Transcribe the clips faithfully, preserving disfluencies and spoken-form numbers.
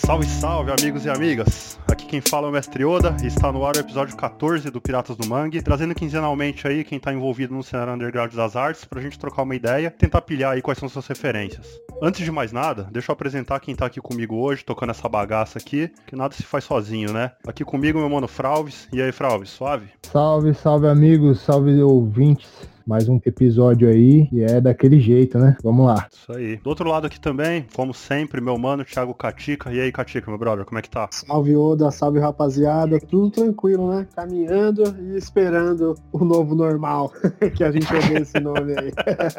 Salve, salve, amigos e amigas! Aqui quem fala é o Mestre Oda e está no ar o episódio catorze do Piratas do Mangue, trazendo quinzenalmente aí quem está envolvido no cenário underground das artes pra gente trocar uma ideia, tentar pilhar aí quais são suas referências. Antes de mais nada, deixa eu apresentar quem tá aqui comigo hoje, tocando essa bagaça aqui, que nada se faz sozinho, né? Aqui comigo meu mano Fralves. E aí, Fralves, suave? Salve, salve amigos, salve ouvintes. Mais um episódio aí e é daquele jeito, né? Vamos lá. Isso aí. Do outro lado aqui também, como sempre, meu mano Thiago Catica. E aí, Catica, meu brother, como é que tá? Salve Oda, salve rapaziada. Tudo tranquilo, né? Caminhando e esperando o novo normal. Que a gente ouviu esse nome aí.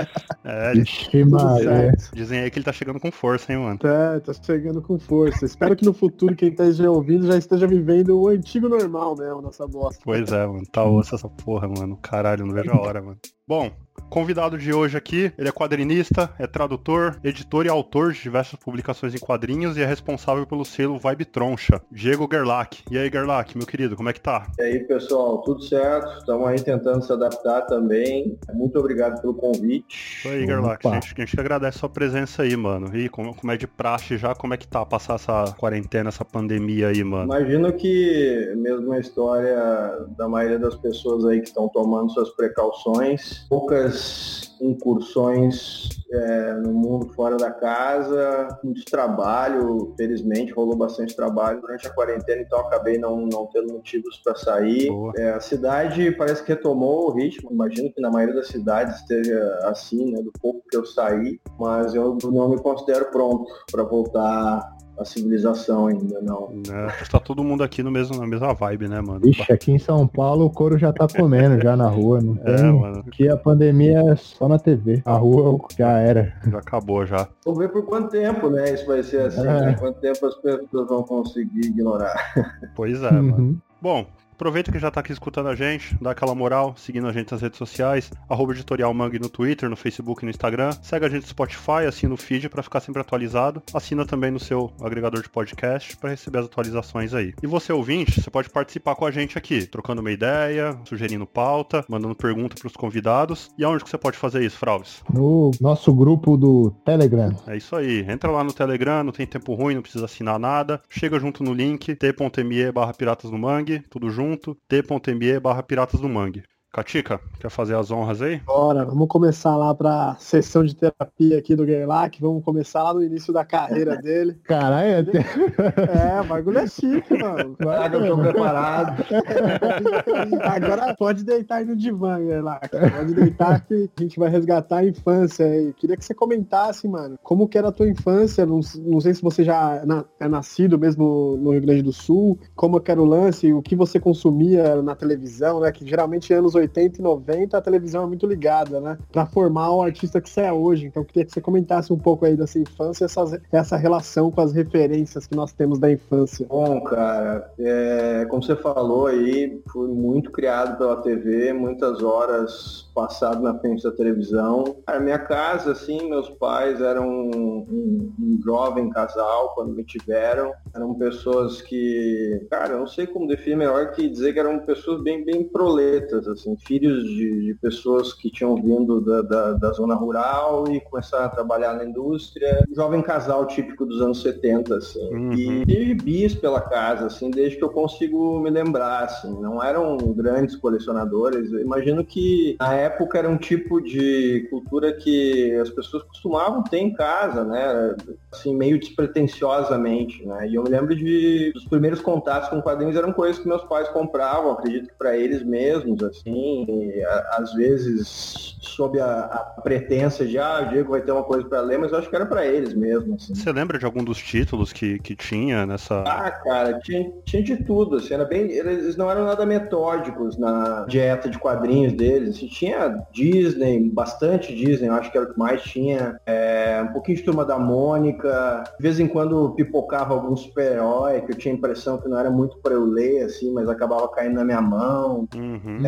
É, Ixi, Maria. dizem aí que ele tá chegando com força, hein, mano? Tá, tá chegando com força. Espero que no futuro quem esteja ouvindo já esteja vivendo o antigo normal mesmo, nessa bosta. Pois é, mano. Tá osso essa porra, mano. Caralho, não vejo a hora, mano. Bom, convidado de hoje aqui, ele é quadrinista, é tradutor, editor e autor de diversas publicações em quadrinhos e é responsável pelo selo Vibe Troncha, Diego Gerlach. E aí, Gerlach, meu querido, como é que tá? E aí, pessoal, tudo certo? Estamos aí tentando se adaptar também. Muito obrigado pelo convite. Isso aí, Gerlach, a gente, a gente que agradece a sua presença aí, mano. E como, como é de praxe já, como é que tá passar essa quarentena, essa pandemia aí, mano? Imagino que, mesmo a história da maioria das pessoas aí que estão tomando suas precauções, poucas incursões é, no mundo fora da casa, muito trabalho, felizmente rolou bastante trabalho durante a quarentena, então acabei não, não tendo motivos para sair. É, a cidade parece que retomou o ritmo, imagino que na maioria das cidades esteja assim, né, do pouco que eu saí, mas eu não me considero pronto para voltar a civilização ainda, não. É, tá todo mundo aqui no mesmo, na mesma vibe, né, mano? Ixi, aqui em São Paulo o couro já tá comendo já na rua, não tem... É, mano. Aqui a pandemia é só na T V, a rua já era. Já acabou, já. Vamos ver por quanto tempo, né, isso vai ser assim, É. né? Quanto tempo as pessoas vão conseguir ignorar. Pois é, Uhum. mano. Bom, aproveita que já tá aqui escutando a gente, dá aquela moral, seguindo a gente nas redes sociais, arroba Editorial Mangue no Twitter, no Facebook e no Instagram. Segue a gente no Spotify, assina o feed pra ficar sempre atualizado. Assina também no seu agregador de podcast pra receber as atualizações aí. E você, ouvinte, você pode participar com a gente aqui, trocando uma ideia, sugerindo pauta, mandando pergunta pros convidados. E aonde que você pode fazer isso, Fralves? No nosso grupo do Telegram. É isso aí. Entra lá no Telegram, não tem tempo ruim, não precisa assinar nada. Chega junto no link, t.me barra Piratas do Mangue, tudo junto. t.me barra Piratas do Mangue. Catica, quer fazer as honras aí? Bora, vamos começar lá pra sessão de terapia aqui do Gerlach. Vamos começar lá no início da carreira dele. Caralho, até... É, o bagulho é chique, mano. Caraca, eu tô preparado. Agora pode deitar aí no divã, Gerlach. Pode deitar que a gente vai resgatar a infância aí. Queria que você comentasse, mano, como que era a tua infância. Não, não sei se você já na, é nascido mesmo no Rio Grande do Sul. Como que era o lance, o que você consumia na televisão, né? Que geralmente anos oitenta e noventa a televisão é muito ligada, né? Pra formar o artista que você é hoje. Então eu queria que você comentasse um pouco aí dessa infância, essas, essa relação com as referências que nós temos da infância. Bom, cara, é, como você falou aí, fui muito criado pela T V, muitas horas passado na frente da televisão. A minha casa, assim, meus pais eram um, um, um jovem casal quando me tiveram. Eram pessoas que, cara, eu não sei como definir melhor que dizer que eram pessoas bem, bem proletas, assim, filhos de, de pessoas que tinham vindo da, da, da zona rural e começaram a trabalhar na indústria. Um jovem casal típico dos anos setenta, assim. Uhum. E tive bis pela casa, assim, desde que eu consigo me lembrar, assim. Não eram grandes colecionadores. Eu imagino que na época era um tipo de cultura que as pessoas costumavam ter em casa, né? Assim, meio despretensiosamente, né? E eu me lembro de dos primeiros contatos com quadrinhos eram coisas que meus pais compravam, acredito que para eles mesmos, assim, e, a, às vezes sob a, a pretensa de, ah, o Diego vai ter uma coisa para ler, mas eu acho que era para eles mesmo, assim. Você lembra de algum dos títulos que, que tinha nessa... Ah, cara, tinha, tinha de tudo, assim, era bem, eles não eram nada metódicos na dieta de quadrinhos deles, assim, tinha Disney, bastante Disney, eu acho que era o que mais tinha, é, um pouquinho de Turma da Mônica, de vez em quando pipocava algum super-herói, que eu tinha a impressão que não era muito para eu ler, assim, mas acabava caindo na minha mão. Uhum. É,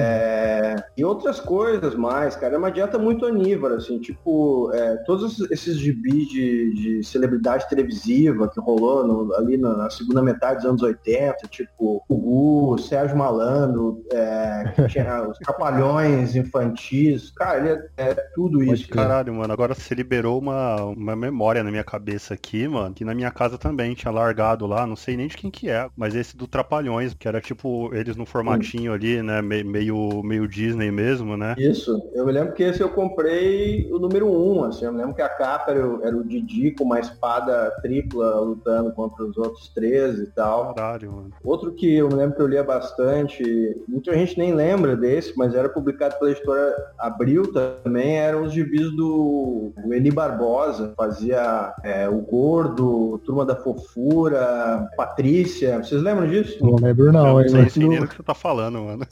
É, e outras coisas mais, cara. É uma dieta muito onívora, assim, tipo, é, todos esses gibis de, de celebridade televisiva que rolou no, ali na, na segunda metade dos anos oitenta, tipo, o Gugu, Sérgio Malandro, é, que tinha os Trapalhões infantis, cara, ele é, é tudo isso. Cara. Caralho, mano, agora você liberou uma, uma memória na minha cabeça aqui, mano, que na minha casa também tinha largado lá, não sei nem de quem que é, mas esse do Trapalhões, que era tipo, eles no formatinho ali, né, meio, meio Disney mesmo, né? Isso, eu me lembro que esse eu comprei o número um, assim, eu me lembro que a capa era o, era o Didi com uma espada tripla lutando contra os outros três e tal. Caralho, mano. Outro que eu me lembro que eu lia bastante, muita gente nem lembra desse, mas era publicado pela editora Abril também, eram os gibis do, do Eli Barbosa, fazia é, o Gordo, Turma da Fofura, Patrícia, vocês lembram disso? Não lembro não, Eu hein, não sei mas nem não- o que você tá falando, mano.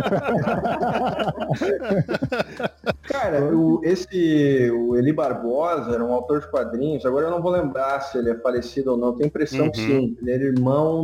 Cara, o, esse, o Eli Barbosa era um autor de quadrinhos, agora eu não vou lembrar se ele é falecido ou não, tenho a impressão Uhum. que sim. Ele era irmão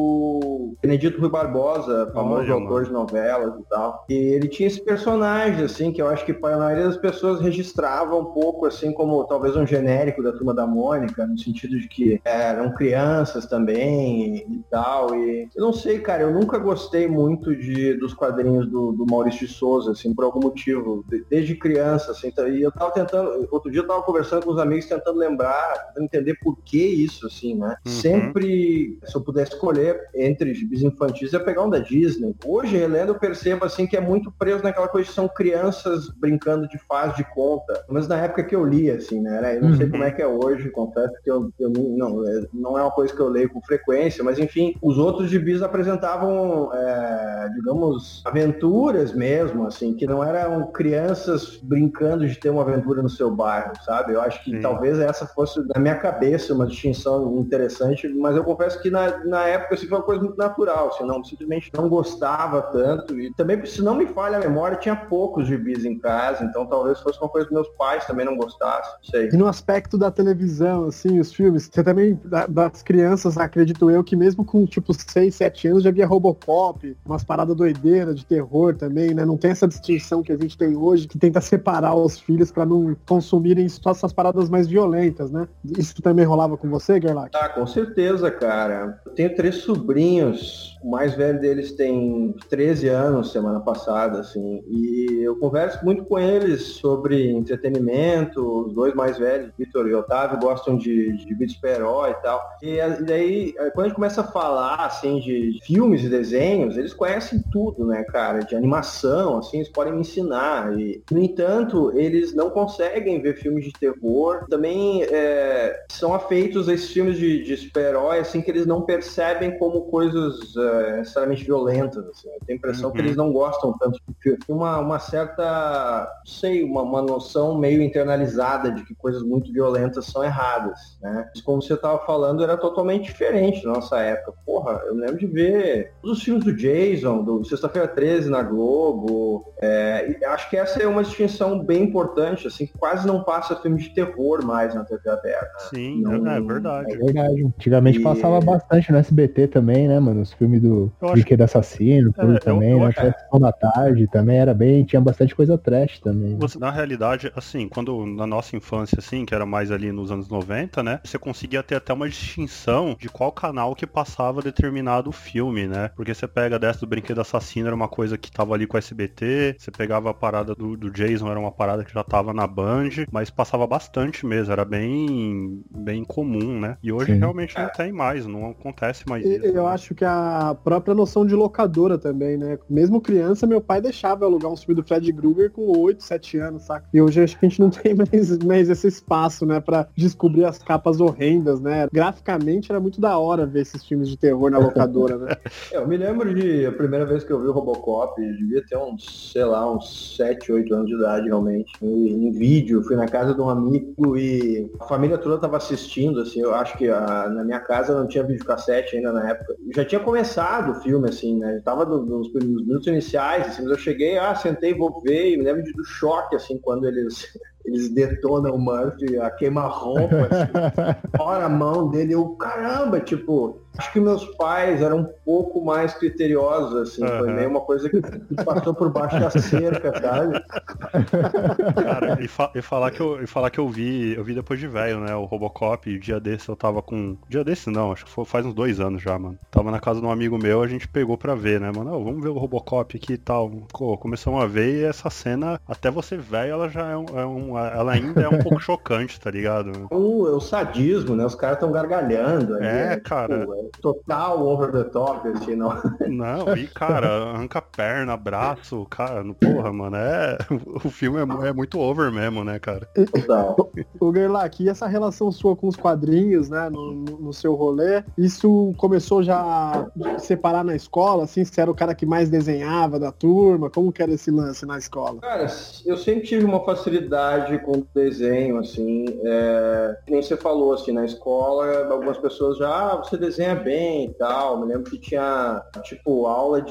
do Benedito Rui Barbosa, famoso Olha, autor mano. de novelas e tal. E ele tinha esse personagem, assim, que eu acho que a maioria das pessoas registrava um pouco, assim, como talvez um genérico da Turma da Mônica, no sentido de que eram crianças também e tal. E eu não sei, cara, eu nunca gostei muito de, dos quadrinhos do, do Maurício de Souza, assim, por algum motivo, de- desde criança, assim, tá- e eu tava tentando, outro dia eu tava conversando com os amigos, tentando lembrar, tentando entender por que isso, assim, né? Uhum. Sempre, se eu pudesse escolher entre gibis infantis, ia pegar um da Disney. Hoje, relendo, eu percebo, assim, que é muito preso naquela coisa de são crianças brincando de faz de conta, mas na época que eu li, assim, né? Era- Eu não sei Uhum. como é que é hoje, confesso que eu, eu não, não, é- não é uma coisa que eu leio com frequência, mas enfim, os outros gibis apresentavam, é, digamos, aventuras mesmo, assim, que não eram crianças brincando de ter uma aventura no seu bairro, sabe? Eu acho que Sim. talvez essa fosse, na minha cabeça, uma distinção interessante, mas eu confesso que na, na época assim, foi uma coisa muito natural, assim, não, simplesmente não gostava tanto, e também, se não me falha a memória, tinha poucos gibis em casa, então talvez fosse uma coisa que meus pais também não gostassem, não sei. E no aspecto da televisão, assim, os filmes, você também, da- das crianças, acredito eu, que mesmo com, tipo, seis, sete anos, já via Robocop, umas paradas doideiras de terror também, né? Não tem essa distinção que a gente tem hoje, que tenta separar os filhos pra não consumirem só essas paradas mais violentas, né? Isso também rolava com você, Gerlach? Ah, com certeza, cara. Eu tenho três sobrinhos, o mais velho deles tem treze anos, semana passada, assim, e eu converso muito com eles sobre entretenimento, os dois mais velhos, Vitor e Otávio, gostam de, de vídeos super-herói e tal, e, a- e daí, eh, quando a gente começa a falar, assim, de filmes e desenhos, eles conhecem tudo, né, cara, de animação, assim, eles podem me ensinar, e, no entanto, eles não conseguem ver filmes de terror, também é, são afeitos a esses filmes de, de super-herói, assim, que eles não percebem como coisas é, necessariamente violentas, assim. Eu tenho a impressão Uhum. que eles não gostam tanto de filme. Uma, uma certa, não sei, uma, uma noção meio internalizada de que coisas muito violentas são erradas, né? Mas como você estava falando, era totalmente diferente na nossa época. Porra, eu lembro de ver todos os filmes do Jason, do Sexta-feira treze na Globo, é, e acho que essa é uma distinção bem importante, assim, que quase não passa filme de terror mais na T V aberta. Sim, Não- é É verdade. verdade. Antigamente E- passava bastante no S B T também, né, mano? Os filmes do Eu acho- Brinquedo Assassino, tudo É, eu- também, eu né? acho- Até Sessão da Tarde também era bem, tinha bastante coisa trash também. Né? Você, na realidade, assim, quando na nossa infância, assim, que era mais ali nos anos noventa, né? Você conseguia ter até uma distinção de qual canal que passava determinado filme, né? Porque você pega dessa do Brinquedo Assassino, era uma coisa que tava ali com o S B T, você pegava a parada do, do Jason, era uma parada que já tava na Band, mas passava bastante mesmo, era bem, bem comum, né? E hoje Sim. realmente não tem mais, não acontece mais E- isso. Eu né? acho que a própria noção de locadora também, né? Mesmo criança, meu pai deixava eu alugar um filme do Fred Krueger com oito, sete anos, saca? E hoje acho que a gente não tem mais, mais esse espaço, né? Pra descobrir as capas horrendas, né? Graficamente era muito da hora ver esses filmes de terror na locadora, né? Eu me lembro de a primeira vez que eu vi o Robocop, eu devia ter uns, sei lá, uns sete, oito anos de idade realmente. Em, em vídeo, fui na casa de um amigo e a família toda tava assistindo, assim, eu acho que a- na minha casa não tinha videocassete ainda na época. Já tinha começado o filme, assim, né? Eu tava no- nos, nos minutos iniciais, assim, mas eu cheguei, ah, sentei, vou ver, e me lembro de- do choque, assim, quando eles eles detonam o Murphy, a queima-roupa, assim, fora a mão dele, eu, caramba, tipo, acho que meus pais eram um pouco mais criteriosos, assim, uhum. Foi meio uma coisa que, que passou por baixo da cerca, sabe? Cara, e, fa e, falar que eu, e falar que eu vi, eu vi depois de velho, né, o Robocop, e o dia desse eu tava com... Dia desse não, acho que foi, faz uns dois anos já, mano. Tava na casa de um amigo meu, a gente pegou pra ver, né, mano, oh, vamos ver o Robocop aqui e tal. Pô, começamos a ver e essa cena, até você velho, ela já é um, é um... Ela ainda é um pouco chocante, tá ligado? O, o sadismo, né, os caras tão gargalhando ali. É, é cara. Tipo, é total over the top, assim, não. Não, e cara, arranca perna, braço, cara, porra, mano, é... O filme é, é muito over mesmo, né, cara? Total. O Gerlach, e essa relação sua com os quadrinhos, né, no, no seu rolê, isso começou já a separar na escola, assim, você era o cara que mais desenhava da turma, como que era esse lance na escola? Cara, eu sempre tive uma facilidade com desenho, assim, é, nem você falou, assim, na escola, algumas pessoas já, ah, você desenha bem e tal, me lembro que tinha, tipo, aula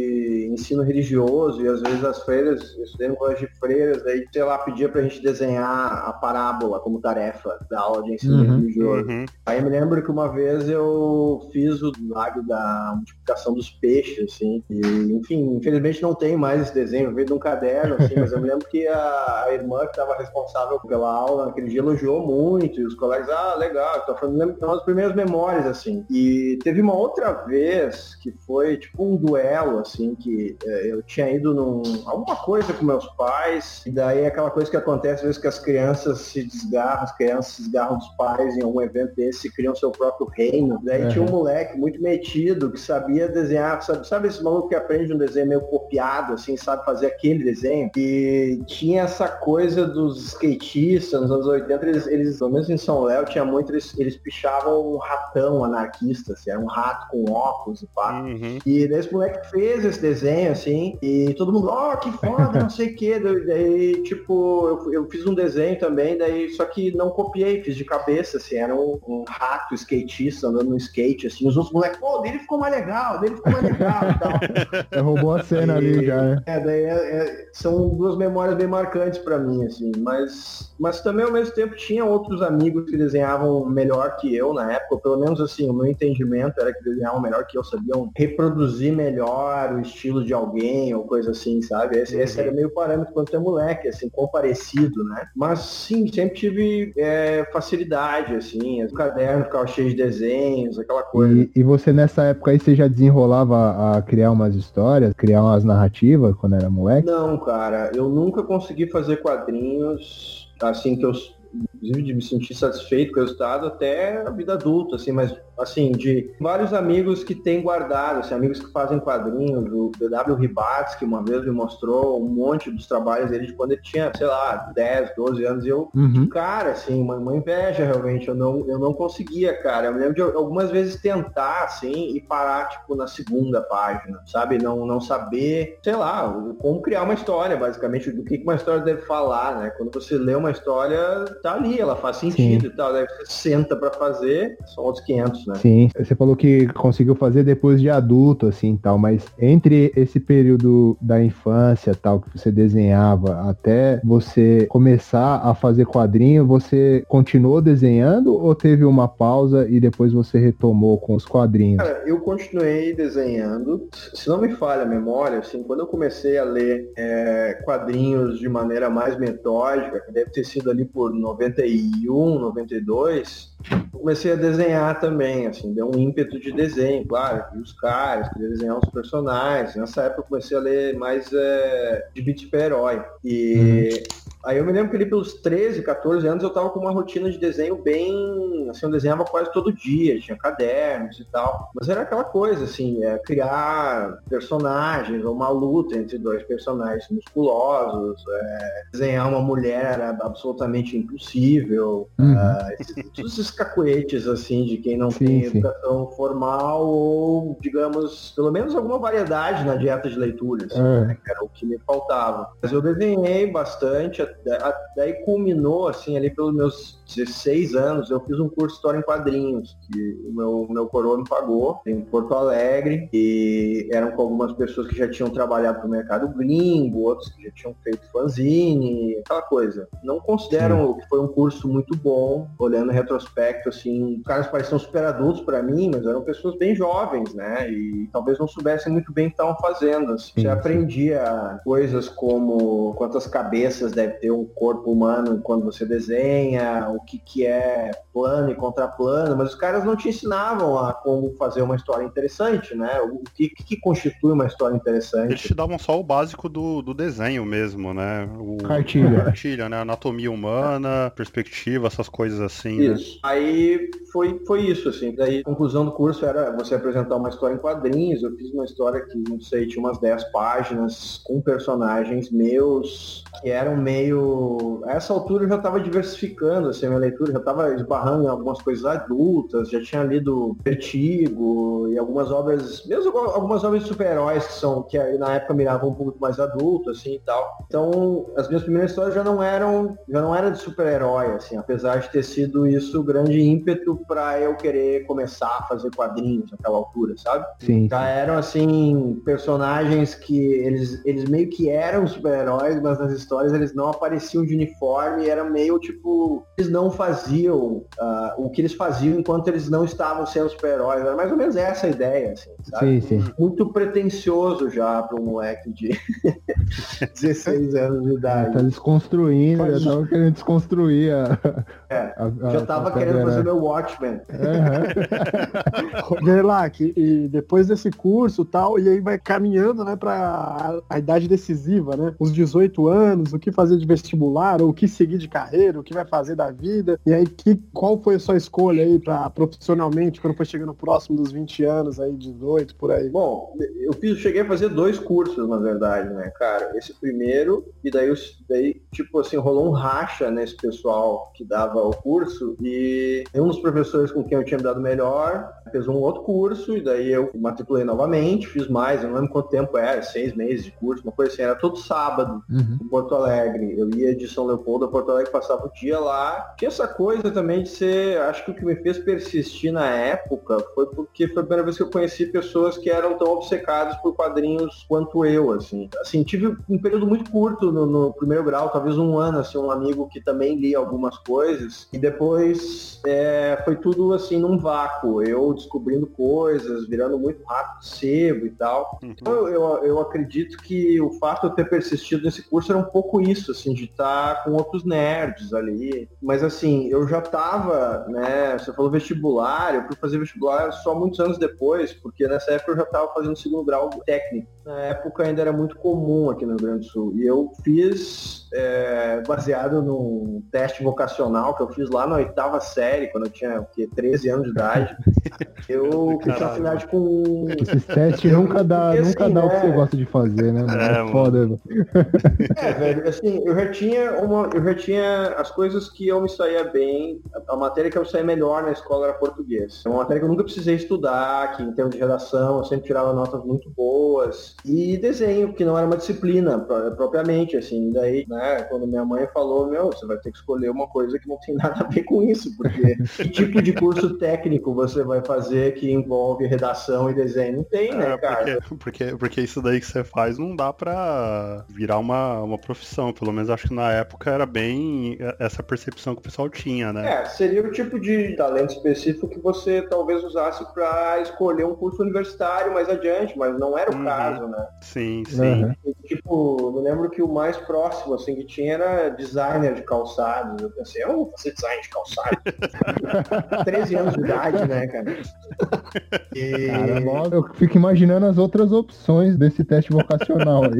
de ensino religioso, e às vezes as freiras, eu estudei no colégio de freiras, aí, sei lá, pedia pra gente desenhar a parábola como tarefa da aula de ensino uhum, religioso. Uhum. Aí me lembro que uma vez eu fiz o milagre da multiplicação dos peixes, assim, e, enfim, infelizmente não tem mais esse desenho, veio de um caderno, assim, mas eu me lembro que a, a irmã que estava responsável pela aula naquele dia elogiou muito, e os colegas, ah, legal, então foi, me lembro que uma das primeiras memórias, assim. E teve uma outra vez que foi tipo um duelo, assim, que é, eu tinha ido num alguma coisa com meus pais, e daí é aquela coisa que acontece às vezes que as crianças se desgarram, as crianças se desgarram dos pais em algum evento desse, criam seu próprio reino. Daí uhum. tinha um moleque muito metido que sabia desenhar, sabe, sabe esse maluco que aprende um desenho meio copiado, assim, sabe fazer aquele desenho? E tinha essa coisa dos skatistas nos anos oitenta, eles, eles pelo menos em São Léo, tinha muito, eles, eles pichavam um ratão anarquista, assim, era um rato com óculos e pá. Uhum. E daí esse moleque fez esse desenho, assim, e todo mundo, ó, oh, que foda, não sei o que. Daí, tipo, eu, eu fiz um desenho também, daí, só que não copiei, fiz de cabeça, assim, era um, um rato skatista andando no skate, assim, os outros moleques, pô, dele ficou mais legal, dele ficou mais legal e tal. Roubou a cena e, ali já, né? É, daí é, é, são duas memórias bem marcantes pra mim, assim, mas, mas também ao mesmo tempo tinha outros amigos que desenhavam melhor que eu na época, ou pelo menos assim, o meu entendimento era que desenhavam melhor que eu, sabiam reproduzir melhor o estilo de alguém ou coisa assim, sabe? Esse, uhum. esse era meio parâmetro quando você é moleque, assim, comparecido, né? Mas sim, sempre tive é, facilidade, assim, o caderno ficava cheio de desenhos, aquela coisa. E, e você nessa época aí, você já desenrolava a criar umas histórias, criar umas narrativas quando era moleque? Não, cara, eu nunca consegui fazer quadrinhos assim que eu, inclusive, de me sentir satisfeito com o resultado até a vida adulta, assim, mas assim, de vários amigos que têm guardado, assim, amigos que fazem quadrinhos, o D W Ribates, que uma vez me mostrou um monte dos trabalhos dele de quando ele tinha, sei lá, dez, doze anos, e eu, uhum. cara, assim, uma, uma inveja, realmente, eu não, eu não conseguia, cara, eu me lembro de algumas vezes tentar, assim, e parar, tipo, na segunda página, sabe, não, não saber, sei lá, como criar uma história, basicamente, do que uma história deve falar, né, quando você lê uma história, tá ali, ela faz sentido Sim. e tal, daí você senta pra fazer, são outros quinhentos, né? Sim, você falou que conseguiu fazer depois de adulto, assim, tal, mas entre esse período da infância, tal, que você desenhava, até você começar a fazer quadrinho, você continuou desenhando ou teve uma pausa e depois você retomou com os quadrinhos? Cara, eu continuei desenhando, se não me falha a memória, assim, quando eu comecei a ler é, quadrinhos de maneira mais metódica, que deve ter sido ali por noventa e um, noventa e dois, eu comecei a desenhar também, assim, deu um ímpeto de desenho, claro, e os caras, queria desenhar os personagens. Nessa época eu comecei a ler mais é, de beat super-herói. E uhum. aí eu me lembro que ali pelos treze, quatorze anos eu tava com uma rotina de desenho bem, assim, eu desenhava quase todo dia, tinha cadernos e tal. Mas era aquela coisa, assim, é, criar personagens, ou uma luta entre dois personagens musculosos, é, desenhar uma mulher era absolutamente impossível. Uhum. Uh, esses, todos esses cacuetes, assim, de quem não sim, tem sim. educação formal ou, digamos, pelo menos alguma variedade na dieta de leituras, é. né, que era o que me faltava. Mas eu desenhei bastante daí culminou, assim, ali pelos meus dezesseis anos, eu fiz um curso de História em Quadrinhos, que o meu, meu coroa me pagou, em Porto Alegre, e eram com algumas pessoas que já tinham trabalhado no mercado gringo, outros que já tinham feito fanzine, aquela coisa. Não considero Sim. que foi um curso muito bom, olhando em retrospecto, assim, os caras pareciam super adultos para mim, mas eram pessoas bem jovens, né, e talvez não soubessem muito bem o que estavam fazendo. Assim. Você aprendia coisas como quantas cabeças deve ter um corpo humano quando você desenha, o que, que é plano e contraplano, mas os caras não te ensinavam a como fazer uma história interessante, né? O que, que constitui uma história interessante. Eles te davam só o básico do, do desenho mesmo, né? O, cartilha. Cartilha, né? Anatomia humana, perspectiva, essas coisas assim. Isso. Né? Aí foi, foi isso, assim. Daí a conclusão do curso era você apresentar uma história em quadrinhos. Eu fiz uma história que, não sei, tinha umas dez páginas com personagens meus que eram meio... A essa altura eu já estava diversificando, assim, a minha leitura, já estava esbarrando em algumas coisas adultas, já tinha lido Vertigo e algumas obras, mesmo algumas obras de super-heróis que são, que na época miravam um público mais adulto, assim, e tal. Então, as minhas primeiras histórias já não eram, já não eram de super-herói, assim, apesar de ter sido isso o grande ímpeto para eu querer começar a fazer quadrinhos naquela altura, sabe? Sim. Já eram, assim, personagens que eles, eles meio que eram super-heróis, mas nas histórias eles não apareciam de uniforme e era meio, tipo, eles não faziam uh, o que eles faziam enquanto eles não estavam sendo super-heróis. Era mais ou menos essa a ideia, assim, sabe? Sim, sim. Muito pretensioso já para um moleque de dezesseis anos de idade. Tá desconstruindo, Pode... já tava querendo desconstruir a... É, a, a, já tava a querendo fazer meu Watchmen. Uhum. Gerlach, e depois desse curso e tal, e aí vai caminhando, né, pra a, a idade decisiva, né? Os dezoito anos, o que fazer de vestibular, ou o que seguir de carreira, o que vai fazer da vida. E aí, que, qual foi a sua escolha aí pra, profissionalmente, quando foi chegando próximo dos vinte anos aí, dezoito, por aí? Bom, eu fiz, cheguei a fazer dois cursos, na verdade, né, cara? Esse primeiro, e daí, daí tipo assim, rolou um racha nesse pessoal que dava o curso, e um dos professores com quem eu tinha me dado melhor fez um outro curso, e daí eu matriculei novamente, fiz mais, eu não lembro quanto tempo era, seis meses de curso, uma coisa assim, era todo sábado, uhum. em Porto Alegre. Eu ia de São Leopoldo a Porto Alegre, passava o dia lá. Tinha essa coisa também de ser, acho que o que me fez persistir na época foi porque foi a primeira vez que eu conheci pessoas que eram tão obcecadas por quadrinhos quanto eu, assim. Assim, tive um período muito curto no, no primeiro grau, talvez um ano, assim, um amigo que também lia algumas coisas, e depois é, foi tudo, assim, num vácuo. Eu descobrindo coisas, virando muito rápido, sebo e tal. Uhum. Então, eu, eu, eu acredito que o fato de eu ter persistido nesse curso era um pouco isso, assim, de estar com outros nerds ali. Mas, assim, eu já tava, né, você falou vestibular, eu fui fazer vestibular só muitos anos depois, porque nessa época eu já tava fazendo segundo grau técnico. Na época ainda era muito comum aqui no Rio Grande do Sul. E eu fiz, é, baseado num teste vocacional que eu fiz lá na oitava série, quando eu tinha, o quê, treze anos de idade. Eu fiz afinidade com... Esses testes nunca dá, porque, nunca assim, dá é... o que você gosta de fazer, né? É, é foda, mano. É, velho, assim, eu já tinha uma, eu já tinha as coisas que eu me saía bem, a, a matéria que eu saía melhor na escola era português. É uma matéria que eu nunca precisei estudar, que em termos de redação eu sempre tirava notas muito boas. E desenho, que não era uma disciplina propriamente, assim. Daí, né, quando minha mãe falou, meu, você vai ter que escolher uma coisa que não tem nada a ver com isso, porque que tipo de curso técnico você vai fazer que envolve redação e desenho? Não tem, né, é, cara? Porque, porque, porque isso daí que você faz não dá pra virar uma, uma profissão. Pelo menos acho que na época era bem essa percepção que o pessoal tinha, né? É, seria o tipo de talento específico que você talvez usasse pra escolher um curso universitário mais adiante, mas não era o uhum. caso, né? Sim, sim. Uhum. E, tipo, eu lembro que o mais próximo, assim, que tinha era designer de calçados. Eu pensei, eu vou fazer design de calçados. treze anos de idade, né, cara? E... Cara, eu fico imaginando as outras opções desse teste vocacional aí.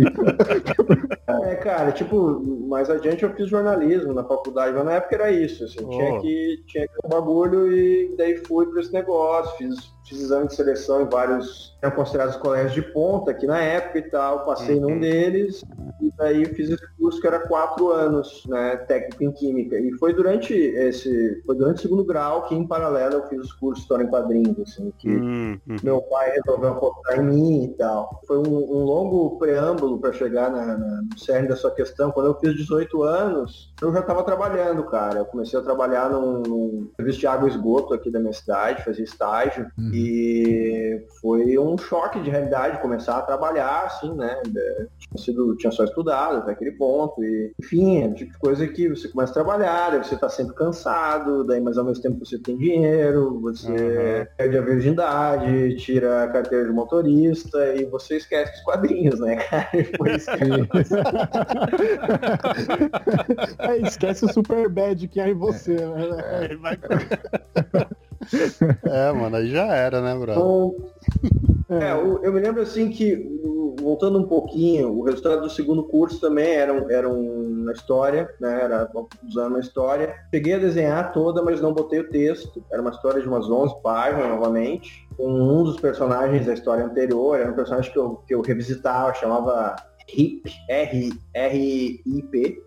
É, cara, tipo, mais adiante eu fiz jornalismo na faculdade, mas na época era isso, assim, oh. tinha que tinha que ter um bagulho e daí fui pra esse negócio, fiz, fiz exame de seleção em vários, eram considerados colégios de ponta aqui na época e tal, passei uhum. num deles e daí eu fiz esse curso que era quatro anos, né, técnico em química. E foi durante esse, foi durante o segundo grau que, em paralelo, eu fiz os cursos de história em quadrinhos, assim, que hum, hum. meu pai resolveu apostar em mim e tal. Foi um, um longo preâmbulo para chegar na, na, no cerne da sua questão. Quando eu fiz dezoito anos, eu já estava trabalhando, cara. Eu comecei a trabalhar num, num serviço de água e esgoto aqui da minha cidade, fazia estágio, hum. e foi um choque de realidade começar a trabalhar, assim, né? Tinha, sido, tinha só estudado até aquele ponto, e enfim, é o tipo de coisa que você começa a trabalhar, daí você tá sempre cansado, daí mas ao mesmo tempo você tem dinheiro, você uhum. perde a virgindade, tira a carteira de motorista e você esquece os quadrinhos, né, cara? Foi isso que é, esquece o super bad que é em você, né? É, mano, aí já era, né, brother? Então, é, eu, eu me lembro assim que, voltando um pouquinho, o resultado do segundo curso também era, um, era uma história, né, era usando uma história. Cheguei a desenhar toda, mas não botei o texto. Era uma história de umas onze páginas, novamente, com um dos personagens da história anterior. Era um personagem que eu, que eu revisitava, chamava Rip, R R I P.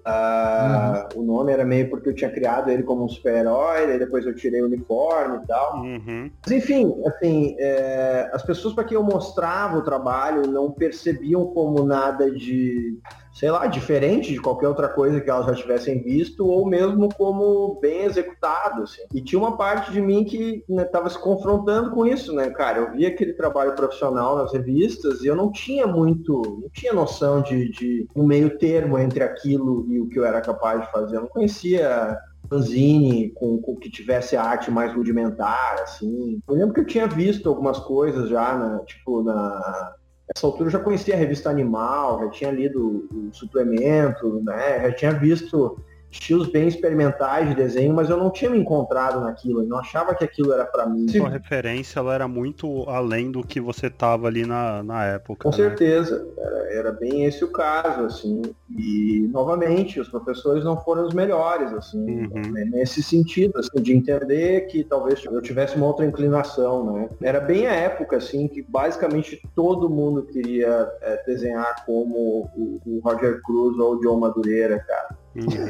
Uh, uhum. O nome era meio porque eu tinha criado ele como um super-herói, daí depois eu tirei o uniforme e tal. Uhum. Mas enfim, assim, é, as pessoas para quem eu mostrava o trabalho não percebiam como nada de, sei lá, diferente de qualquer outra coisa que elas já tivessem visto, ou mesmo como bem executado, assim. E tinha uma parte de mim que estava, né, se confrontando com isso, né, cara? Eu via aquele trabalho profissional nas revistas e eu não tinha muito, não tinha noção de, de um meio termo entre aquilo e o que eu era capaz de fazer. Eu não conhecia fanzine com, com que tivesse a arte mais rudimentar, assim. Eu lembro que eu tinha visto algumas coisas já, na, tipo, na... Nessa altura eu já conhecia a revista Animal, já tinha lido o suplemento, né? Já tinha visto estilos bem experimentais de desenho, mas eu não tinha me encontrado naquilo, eu não achava que aquilo era pra mim. Sua referência, ela era muito além do que você tava ali na, na época. Com né? certeza, era, era bem esse o caso, assim, e novamente, os professores não foram os melhores, assim, uhum. nesse sentido, assim, de entender que talvez eu tivesse uma outra inclinação, né? Era bem a época, assim, que basicamente todo mundo queria é, desenhar como o, o Roger Cruz ou o John Madureira, cara.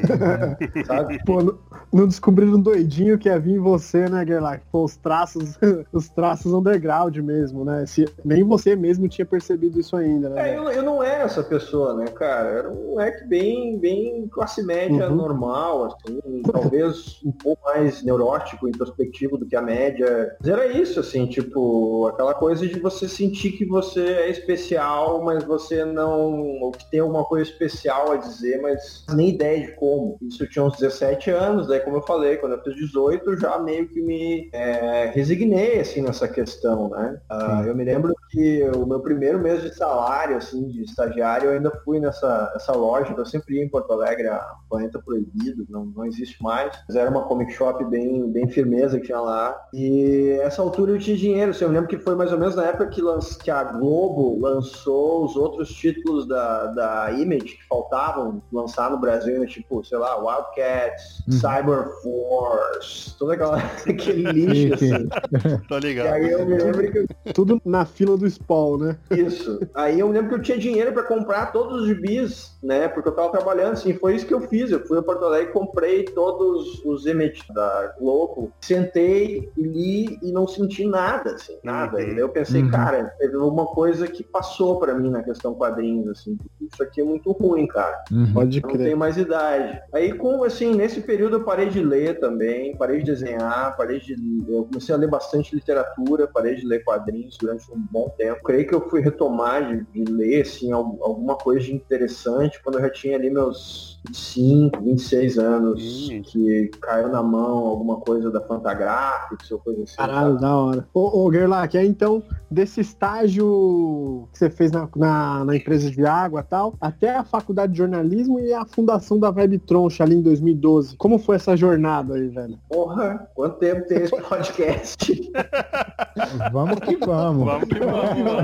Uhum. Sabe? Pô, não, não descobriram um doidinho que ia vir em você, né, Gerlach? Pô, os traços, os traços underground mesmo, né? Se, nem você mesmo tinha percebido isso ainda, né? É, eu, eu não era essa pessoa, né, cara? Era um moleque bem, bem classe média, uhum. normal, assim, talvez um pouco mais neurótico, introspectivo do que a média. Mas era isso, assim, tipo, aquela coisa de você sentir que você é especial, mas você não... ou que tem alguma coisa especial a dizer, mas nem ideia de como. Isso eu tinha uns dezessete anos, daí como eu falei, quando eu fiz dezoito, já meio que me é, resignei, assim, nessa questão, né? Uh, eu me lembro que o meu primeiro mês de salário, assim, de estagiário, eu ainda fui nessa, nessa loja, que eu sempre ia em Porto Alegre, a Planeta Proibido, não, não existe mais, mas era uma comic shop bem, bem firmeza que tinha lá, e essa altura eu tinha dinheiro, assim, eu lembro que foi mais ou menos na época que, lanç, que a Globo lançou os outros títulos da, da Image que faltavam lançar no Brasil, tipo, sei lá, Wildcats, uhum. Cyber Force, todo aquela, aquele lixo, assim. Tô ligado. E aí eu me lembro que eu... Tudo na fila do Spawn, né? Isso. Aí eu me lembro que eu tinha dinheiro pra comprar todos os gibis, né? Porque eu tava trabalhando, assim, foi isso que eu fiz. Eu fui a Porto Alegre e comprei todos os images da Globo, sentei, li e não senti nada, assim, nada. Uhum. E daí eu pensei, uhum. cara, teve uma coisa que passou pra mim na questão quadrinhos, assim. Isso aqui é muito ruim, cara. Uhum. Pode crer. Não tenho mais idade. Aí, com, assim, nesse período eu parei de ler também, parei de desenhar, parei de... Eu comecei a ler bastante literatura, parei de ler quadrinhos durante um bom tempo. Creio que eu fui retomar de, de ler, assim, alguma coisa de interessante quando eu já tinha ali meus vinte e cinco, vinte e seis anos, hum. que caiu na mão alguma coisa da Fantagraphics ou coisa assim. Caralho, da hora. Ô, ô Gerlach, aí então, desse estágio que você fez na, na, na empresa de água e tal, até a faculdade de jornalismo e a fundação da Vibe Troncha ali em dois mil e doze. Como foi essa jornada aí, velho? Porra, quanto tempo tem esse podcast? Vamos que vamos. Vamos que vamos, mano.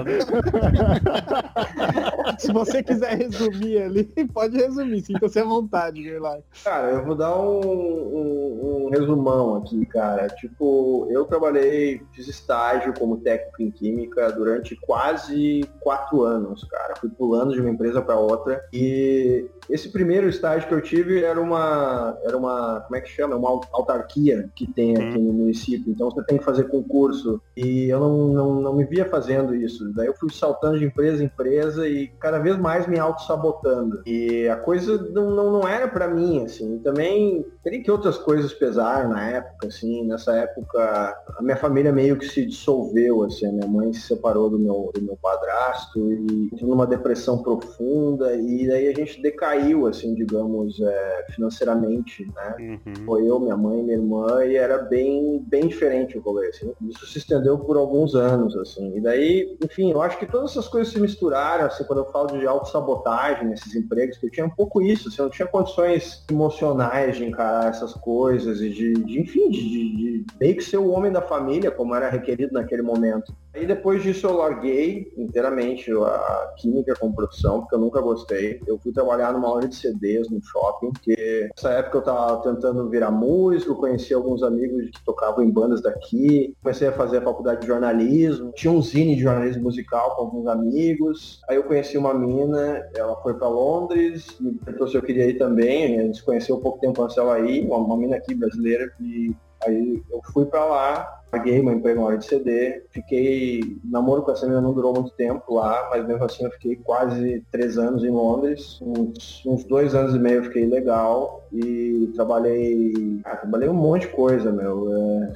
Se você quiser resumir ali, pode resumir, sinta-se à vontade, Gerlach. Cara, eu vou dar um, um, um resumão aqui, cara. Tipo, eu trabalhei, fiz estágio como técnico em química durante quase quatro anos, cara. Fui pulando de uma empresa para outra. E esse primeiro estágio que eu tive era uma, era uma, como é que chama? Uma autarquia que tem aqui no município. Então você tem que fazer concurso. E eu não, não, não me via fazendo isso. Daí eu fui saltando de empresa em empresa e cada vez mais me auto-sabotando. E a coisa não, não, não era pra mim, assim. Também teria que outras coisas pesaram na época, assim. Nessa época, a minha família meio que se dissolveu, assim. A minha mãe se separou do meu, do meu padrasto e entrou numa depressão profunda. E daí a gente decaiu, assim, digamos, é, financeiramente, né? Uhum. Foi eu, minha mãe, minha irmã, e era bem, bem diferente o rolê, assim. Isso se estendeu por alguns anos, assim. E daí, enfim, eu acho que todas essas coisas se misturaram, assim, quando eu falo de autossabotagem nesses empregos, que eu tinha um pouco isso, assim, eu não tinha condições emocionais de encarar essas coisas e de, de enfim, de, de, de meio que ser o homem da família, como era requerido naquele momento. Aí depois disso eu larguei inteiramente a química como profissão, porque eu nunca gostei. Eu fui trabalhar numa loja de C Ds no shopping, porque nessa época eu tava tentando virar músico, conheci alguns amigos que tocavam em bandas daqui, comecei a fazer a faculdade de jornalismo, tinha um zine de jornalismo musical com alguns amigos. Aí eu conheci uma mina, ela foi para Londres, me perguntou se eu queria ir também, a gente se conheceu um pouco tempo antes dela ir, uma, uma mina aqui brasileira, e aí eu fui para lá, paguei meu emprego na hora de C D, fiquei, namoro com essa menina não durou muito tempo lá, mas mesmo assim eu fiquei quase três anos em Londres, uns, uns dois anos e meio eu fiquei legal e trabalhei, ah, trabalhei um monte de coisa, meu, é,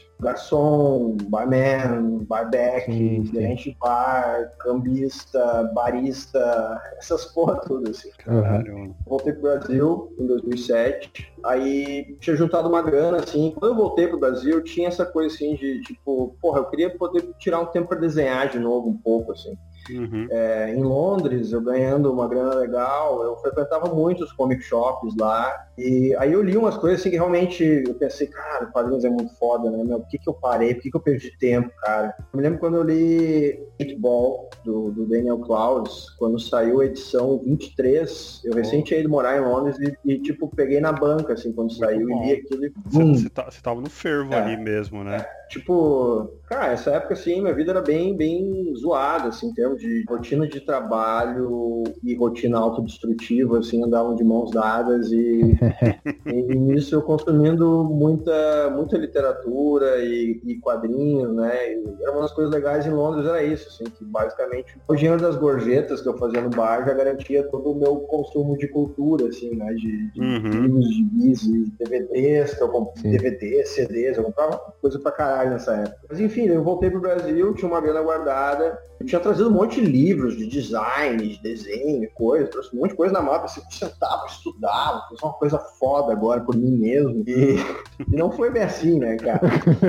garçom, barman, barback, gerente de bar, cambista, barista, essas porra todas, assim. Caralho. Voltei pro Brasil em dois mil e sete, aí tinha juntado uma grana, assim, quando eu voltei pro Brasil, tinha essa coisa, assim, de, tipo, porra, eu queria poder tirar um tempo pra desenhar de novo um pouco, assim. Uhum. É, em Londres, eu ganhando uma grana legal, eu frequentava muito os comic shops lá, e aí eu li umas coisas assim que realmente eu pensei, cara, quadrinhos é muito foda, né, meu, por que que eu parei, por que que eu perdi tempo, cara? Eu me lembro quando eu li Eight Ball, do, do Daniel Clowes, quando saiu a edição vinte e três, eu recém tinha ido morar em Londres e, e tipo, peguei na banca, assim, quando muito saiu bom. E li aquilo e... Você tá, tava no fervo é, ali mesmo, né? É, tipo, cara, essa época, assim, minha vida era bem, bem zoada, assim, em termos de rotina de trabalho e rotina autodestrutiva, assim, andavam de mãos dadas e, e, e nisso eu consumindo muita, muita literatura e, e quadrinhos, né, e era uma das coisas legais em Londres, era isso, assim, que basicamente o dinheiro das gorjetas que eu fazia no bar já garantia todo o meu consumo de cultura, assim, né, de, de uhum. livros, de bis e D V Ds, que eu comprava, D V Ds, C Ds, eu comprava coisa pra caralho nessa época. Mas enfim, eu voltei pro Brasil, tinha uma grana guardada, eu tinha trazido um monte de livros de design, de desenho, coisa, trouxe um monte de coisa na mala, assim, sentava, estudava, fiz uma coisa foda agora por mim mesmo. E, e não foi bem assim, né, cara?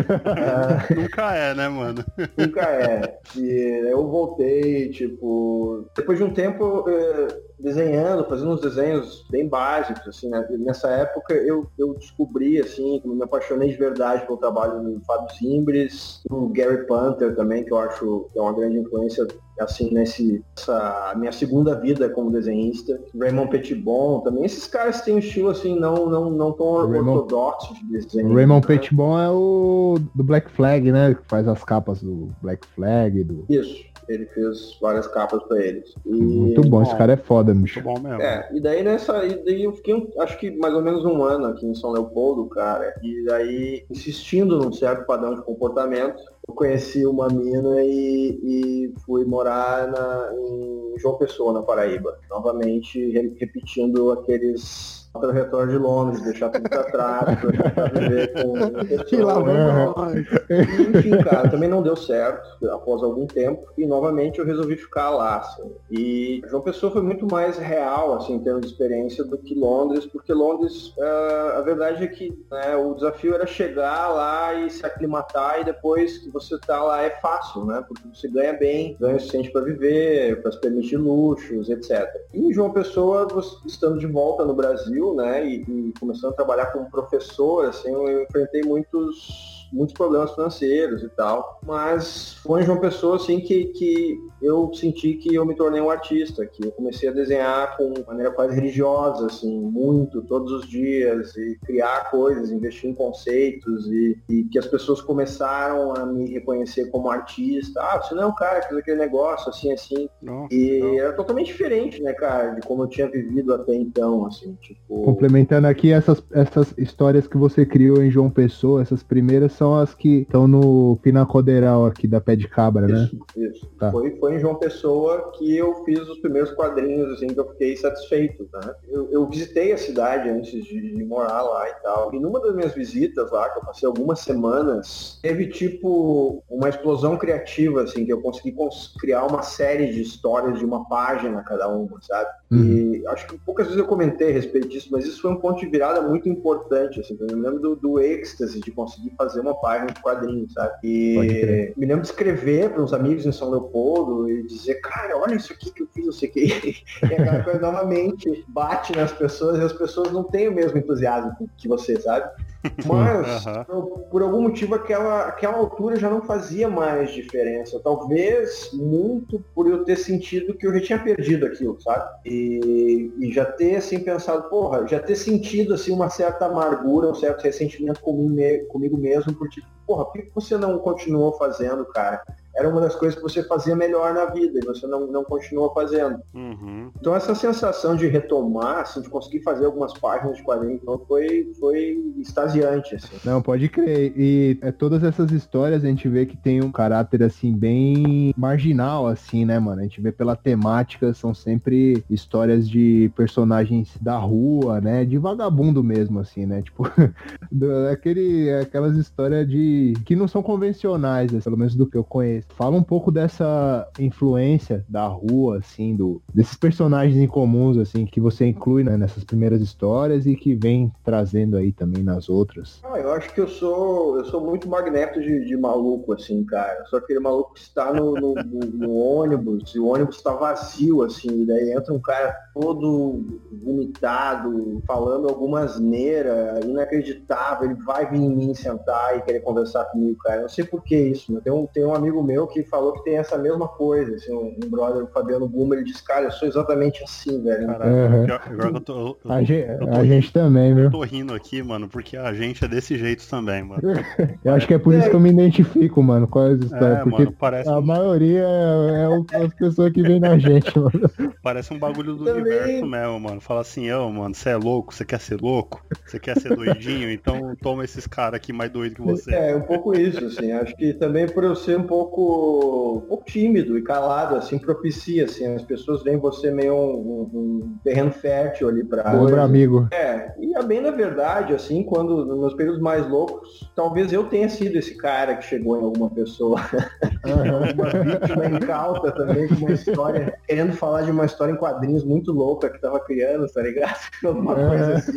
uh, nunca é, né, mano? Nunca é. E eu voltei, tipo, depois de um tempo eh, desenhando, fazendo uns desenhos bem básicos, assim, né? Nessa época eu, eu descobri, assim, me apaixonei de verdade pelo trabalho do Fábio Zimbres, do Gary Panther também, que eu acho que é uma grande influência, assim, nesse, essa minha segunda vida como desenhista. Raymond Petitbon também. Esses caras têm um estilo, assim, não, não, não tão Raymond, ortodoxo de desenho. O Raymond né? Petitbon é o do Black Flag, né? Que faz as capas do Black Flag. Do... Isso. Ele fez várias capas pra eles. E, muito bom, esse cara é foda, bicho. Muito bom mesmo. É, e daí nessa. E daí eu fiquei, acho que mais ou menos um ano aqui em São Leopoldo, cara. E daí, insistindo num certo padrão de comportamento, eu conheci uma mina e, e fui morar na, em João Pessoa, na Paraíba. Novamente, re, repetindo aqueles. Para o retorno de Londres, deixar tudo para trás, para viver com e lá vamos. Enfim, cara, também não deu certo após algum tempo e novamente eu resolvi ficar lá, assim. E João Pessoa foi muito mais real, assim, em termos de experiência do que Londres, porque Londres, uh, a verdade é que né, o desafio era chegar lá e se aclimatar e depois que você tá lá é fácil, né? Porque você ganha bem, ganha o suficiente para viver, para se permitir luxos, etcétera. E em João Pessoa, você, estando de volta no Brasil, né, e, e começando a trabalhar como professor, assim, eu enfrentei muitos muitos problemas financeiros e tal, mas foi em João Pessoa, assim, que, que eu senti que eu me tornei um artista, que eu comecei a desenhar com maneira quase religiosa, assim, muito, todos os dias, e criar coisas, investir em conceitos, e, e que as pessoas começaram a me reconhecer como artista. Ah, você não é um cara que fez aquele negócio, assim, assim. Não, e não. era totalmente diferente, né, cara, de como eu tinha vivido até então, assim, tipo... Complementando aqui, essas, essas histórias que você criou em João Pessoa, essas primeiras são as que estão no Pinacoderal aqui da Pé de Cabra, né? Isso, isso. Tá. Foi, foi em João Pessoa que eu fiz os primeiros quadrinhos, assim, que eu fiquei satisfeito, né? Eu, eu visitei a cidade antes de, de morar lá e tal. E numa das minhas visitas lá, que eu passei algumas semanas, teve, tipo, uma explosão criativa, assim, que eu consegui cons- criar uma série de histórias de uma página cada uma, sabe? Uhum. E acho que poucas vezes eu comentei a respeito disso, mas isso foi um ponto de virada muito importante, assim. Eu me lembro do, do êxtase de conseguir fazer uma página de quadrinhos, sabe? E me lembro de escrever para uns amigos em São Leopoldo e dizer, cara, olha isso aqui que eu fiz, não sei o que. E aquela coisa novamente bate nas pessoas e as pessoas não têm o mesmo entusiasmo que você, sabe? Mas, Uhum. eu, por algum motivo, aquela, aquela altura já não fazia mais diferença. Talvez muito por eu ter sentido que eu já tinha perdido aquilo, sabe? E, e já ter, assim, pensado, porra, já ter sentido, assim, uma certa amargura, um certo ressentimento comigo, comigo mesmo, porque, porra, por que você não continuou fazendo, cara? Era uma das coisas que você fazia melhor na vida e você não, não continuou fazendo. Uhum. Então essa sensação de retomar, assim, de conseguir fazer algumas páginas de quadrinhos, então foi, foi extasiante, assim. Não, pode crer. E é, todas essas histórias a gente vê que tem um caráter, assim, bem marginal, assim, né, mano? A gente vê pela temática, são sempre histórias de personagens da rua, né? De vagabundo mesmo, assim, né? Tipo, do, aquele, aquelas histórias de... que não são convencionais, assim, pelo menos do que eu conheço. Fala um pouco dessa influência da rua, assim, do, desses personagens incomuns, assim, que você inclui, né, nessas primeiras histórias e que vem trazendo aí também nas outras. Ah, eu acho que eu sou, eu sou muito magneto de, de maluco, assim, cara. Eu sou aquele maluco que está no, no, no, no ônibus e o ônibus está vazio, assim, e daí entra um cara todo vomitado, falando alguma asneira inacreditável, ele vai vir em mim sentar e querer conversar comigo, cara. Eu não sei por que isso, né? Tem um, tem um amigo meu que falou que tem essa mesma coisa, assim, um, um brother, o Fabiano Guma, ele disse, cara, eu sou exatamente assim, velho. Caralho, Uhum. pior- agora que eu tô, eu tô- A, gente, eu tô a rindo- gente também, viu? eu tô rindo aqui, mano, porque a gente é desse jeito também, mano. Eu acho que é por isso que eu me identifico, mano, com as histórias, É, porque mano, parece a um- maioria é, é o- as pessoas que vêm na gente, mano. Parece um bagulho do Também- universo mesmo, mano. Fala assim, ô, mano, você é louco? Você quer ser louco? Você quer ser doidinho? Então toma esses caras aqui mais doido que você. É, um pouco isso, assim, acho que também por eu ser um pouco, um pouco tímido e calado, assim, propicia, assim, as pessoas veem você meio um, um- um terreno fértil ali pra... Ombro amigo. É, e é bem na verdade, assim, quando, nos meus períodos mais loucos, talvez eu tenha sido esse cara que chegou em alguma pessoa, uma vítima incauta também, com uma história, querendo falar de uma história em quadrinhos muito louca que tava criando, tá ligado? Alguma coisa assim.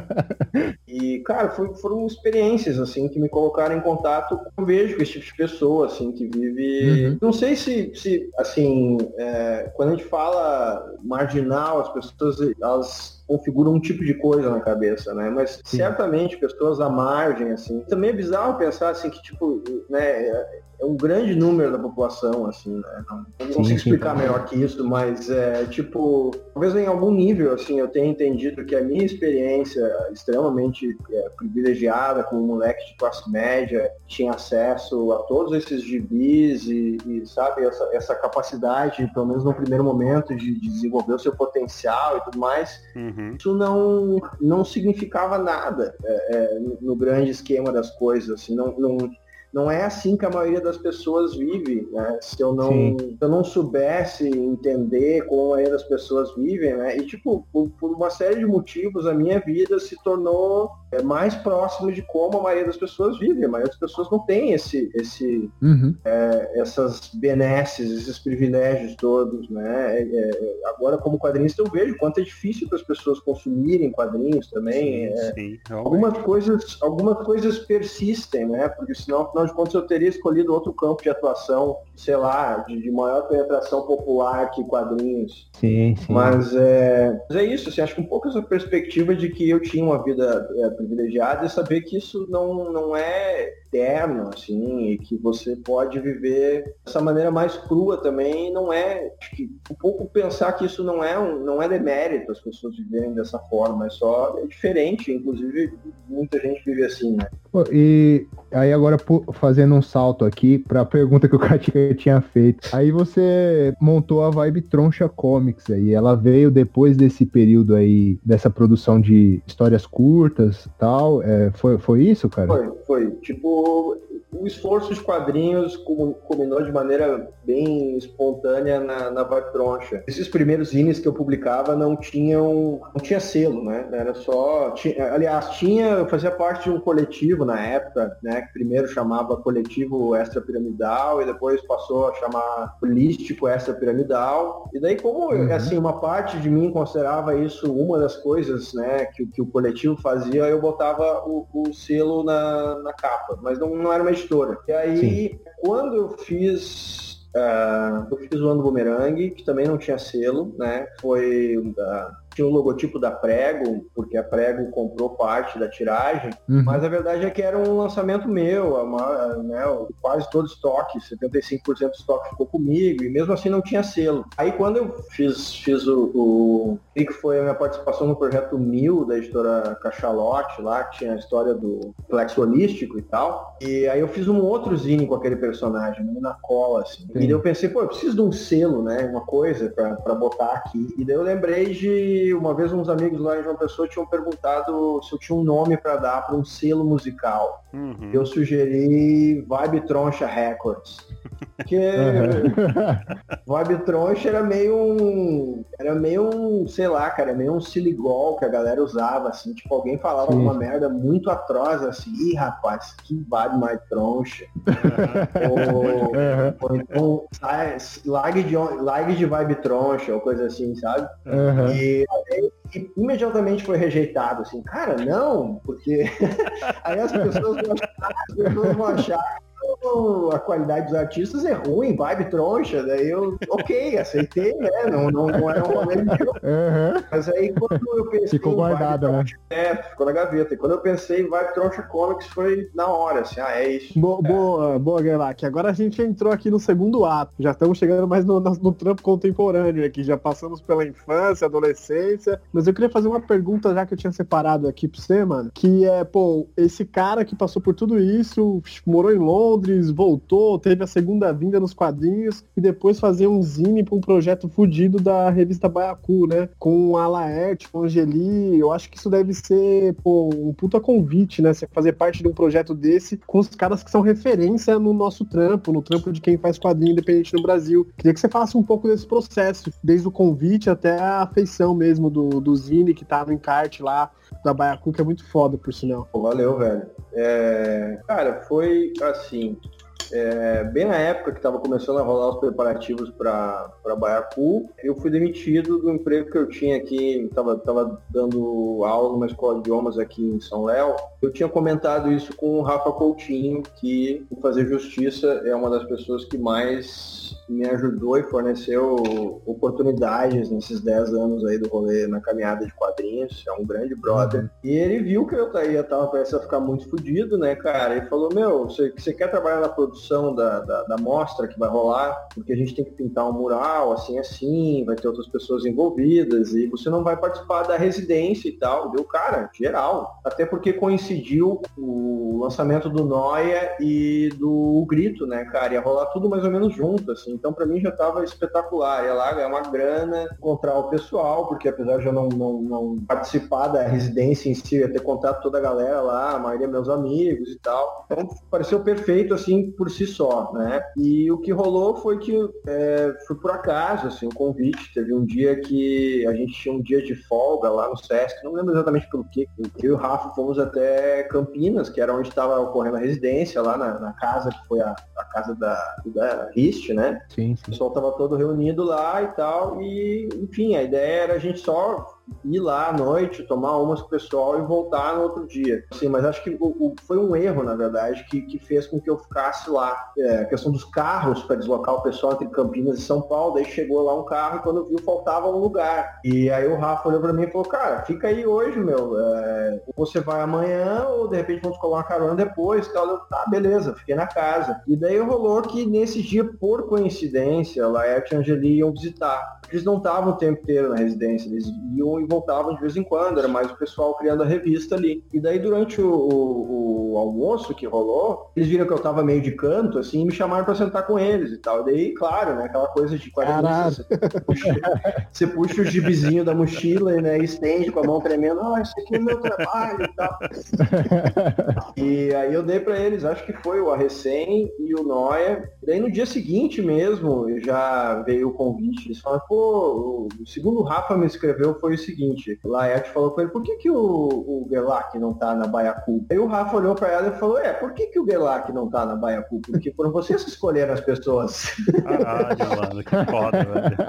E, cara, foi, foram experiências, assim, que me colocaram em contato, eu vejo com esse tipo de pessoa, assim, que vive... Uhum. Não sei se, se assim, é, quando a gente fala marginal, as pessoas, elas configuram um tipo de coisa na cabeça, né? Mas Sim. certamente pessoas à margem, assim. Também é bizarro pensar, assim, que, tipo, né, é, é um grande número da população, assim, né? Não, eu não Sim, consigo sim. explicar melhor que isso, mas, é, tipo, talvez em algum nível, assim, eu tenha entendido que a minha experiência extremamente é, privilegiada como moleque de classe média, tinha acesso a todos esses gibis e, e sabe, essa, essa capacidade, pelo menos no primeiro momento, de, de desenvolver o seu potencial e tudo mais, Uhum. isso não, não significava nada é, é, no, no grande esquema das coisas, assim, não, não, não é assim que a maioria das pessoas vive, né? Se eu não, se eu não soubesse entender como a maioria das pessoas vivem, né? E, tipo, por, por uma série de motivos, a minha vida se tornou é, mais próxima de como a maioria das pessoas vive. A maioria das pessoas não tem esse, esse, Uhum. é, essas benesses, esses privilégios todos, né? É, é, agora, como quadrinista, eu vejo quanto é difícil para as pessoas consumirem quadrinhos também. Sim, É, sim, realmente. algumas coisas, algumas coisas persistem, né? Porque senão, afinal de contas, eu teria escolhido outro campo de atuação, sei lá, de, de maior penetração popular que quadrinhos. Sim, sim. Mas é, mas é isso, assim, acho que um pouco essa perspectiva de que eu tinha uma vida é, privilegiada e saber que isso não, não é eterno, assim, e que você pode viver dessa maneira mais crua também, não é, acho que um pouco pensar que isso não é, um, não é demérito as pessoas viverem dessa forma, é só é diferente, inclusive muita gente vive assim, né? E aí agora fazendo um salto aqui para a pergunta que o Katika tinha feito, aí você montou a Vibe Troncha Comics aí, ela veio depois desse período aí, dessa produção de histórias curtas e tal, é, foi, foi isso, cara? Foi, foi, tipo, o esforço dos quadrinhos culminou de maneira bem espontânea na, na Vibe Troncha. Esses primeiros zines que eu publicava não tinham, não tinha selo, né? Era só, tinha, aliás, tinha, eu fazia parte de um coletivo na época, né? Que primeiro chamava Coletivo Extra Piramidal e depois passou a chamar Holístico Extra Piramidal. E daí, como uhum. assim, uma parte de mim considerava isso uma das coisas, né? Que, que o coletivo fazia, eu botava o, o selo na, na capa, mas não, não era uma editora. E aí, Sim. quando eu fiz uh, eu fiz o Ano Boomerang, que também não tinha selo, né? Foi uh, tinha o logotipo da Prego, porque a Prego comprou parte da tiragem, uhum. mas a verdade é que era um lançamento meu, uma, né, quase todo estoque, setenta e cinco por cento do estoque ficou comigo, e mesmo assim não tinha selo. Aí quando eu fiz, fiz o, o que foi a minha participação no projeto Mil, da editora Cachalote, lá, que tinha a história do Plexo Holístico e tal, e aí eu fiz um outro zine com aquele personagem, na cola, assim. Sim. E daí eu pensei, pô, eu preciso de um selo, né, uma coisa pra, pra botar aqui. E daí eu lembrei de uma vez uns amigos lá em João Pessoa tinham perguntado se eu tinha um nome para dar para um selo musical. Uhum. Eu sugeri Vibe Troncha Records. Porque uhum. Vibe Troncha era meio um, era meio um, sei lá, cara, meio um siligol que a galera usava, assim, tipo, alguém falava Sim. uma merda muito atroz, assim, ih, rapaz, que vibe mais troncha. ou, uhum. ou então, lag de, lag de Vibe Troncha, ou coisa assim, sabe? Uhum. E aí, imediatamente foi rejeitado, assim, cara, não, porque aí as pessoas vão achar, as pessoas vão achar a qualidade dos artistas é ruim, Vibe Troncha, daí eu, ok, aceitei, né, não, não, não era um rolê meu. Uhum. Mas aí quando eu pensei ficou guardado, né? É, ficou na gaveta, e quando eu pensei em Vibe Troncha Comics foi na hora, assim, ah, é isso. Boa, é. boa, boa, Guelac, agora a gente entrou aqui no segundo ato, já estamos chegando mais no, no, no trampo contemporâneo aqui, já passamos pela infância, adolescência, mas eu queria fazer uma pergunta já que eu tinha separado aqui pra você, mano, que é, pô, esse cara que passou por tudo isso, morou em Londres, voltou, teve a segunda vinda nos quadrinhos e depois fazer um zine para um projeto fudido da revista Baiacu, né? Com a Laerte, com a Angeli, eu acho que isso deve ser, pô, um puta convite, né? Você fazer parte de um projeto desse com os caras que são referência no nosso trampo, no trampo de quem faz quadrinho independente no Brasil. Queria que você falasse um pouco desse processo, desde o convite até a afeição mesmo do, do zine que tá no encarte lá da Baiacu, que é muito foda, por sinal. Valeu, velho. É... Cara, foi assim... É, bem na época que estava começando a rolar os preparativos para Baiacu, eu fui demitido do emprego que eu tinha aqui, estava tava dando aula numa escola de idiomas aqui em São Léo. Eu tinha comentado isso com o Rafa Coutinho, que, por fazer justiça, é uma das pessoas que mais me ajudou e forneceu oportunidades nesses dez anos aí do rolê na caminhada de quadrinhos. É um grande brother. Uhum. E ele viu que eu ia tava prestes a ficar muito fodido, né, cara? Ele falou, meu, você, você quer trabalhar na produção da, da, da mostra que vai rolar? Porque a gente tem que pintar um mural, assim, assim, vai ter outras pessoas envolvidas e você não vai participar da residência e tal. Deu, cara, geral. Até porque coincidiu o lançamento do Noia e do Grito, né, cara? Ia rolar tudo mais ou menos junto, assim. Então, pra mim, já tava espetacular. Ia lá ganhar uma grana, encontrar o pessoal, porque apesar de eu não, não, não participar da residência em si, eu ia ter contato com toda a galera lá, a maioria meus amigos e tal. Então, pareceu perfeito, assim, por si só, né? E o que rolou foi que é, foi por acaso, assim, um convite. Teve um dia que a gente tinha um dia de folga lá no Sesc, não lembro exatamente pelo quê. Eu e o Rafa fomos até Campinas, que era onde estava ocorrendo a residência, lá na, na casa, que foi a, a casa da, da Rist, né? Sim, sim. O pessoal tava todo reunido lá e tal, e enfim, a ideia era a gente só ir lá à noite, tomar umas com o pessoal e voltar no outro dia. Assim, mas acho que o, o, foi um erro, na verdade, que, que fez com que eu ficasse lá. É, a questão dos carros para deslocar o pessoal entre Campinas e São Paulo, daí chegou lá um carro e quando viu faltava um lugar. E aí o Rafa olhou para mim e falou, cara, fica aí hoje, meu. É, ou você vai amanhã ou de repente vamos colar uma carona depois. Tal. Eu, tá, beleza, fiquei na casa. E daí rolou que nesse dia, por coincidência, Laerte e Angeli iam visitar. Eles não estavam o tempo inteiro na residência, eles iam e voltavam de vez em quando, era mais o pessoal criando a revista ali. E daí durante o, o, o almoço que rolou, eles viram que eu tava meio de canto, assim, e me chamaram pra sentar com eles e tal. E daí, claro, né, aquela coisa de quarenta você puxa, você puxa o gibizinho da mochila, né, e estende com a mão tremendo, ah, isso aqui é meu trabalho e tal. E aí eu dei pra eles, acho que foi o Arrecém e o Noia. Daí no dia seguinte mesmo, já veio o convite, eles falaram, pô, o segundo o Rafa me escreveu foi o seguinte, Laerte falou com ele, por que que o, o Gerlach não tá na Baiacu? Aí o Rafa olhou pra ela e falou, é, por que que o Gerlach não tá na Baiacu? Porque foram vocês que escolheram as pessoas. Caralho, mano, que foda,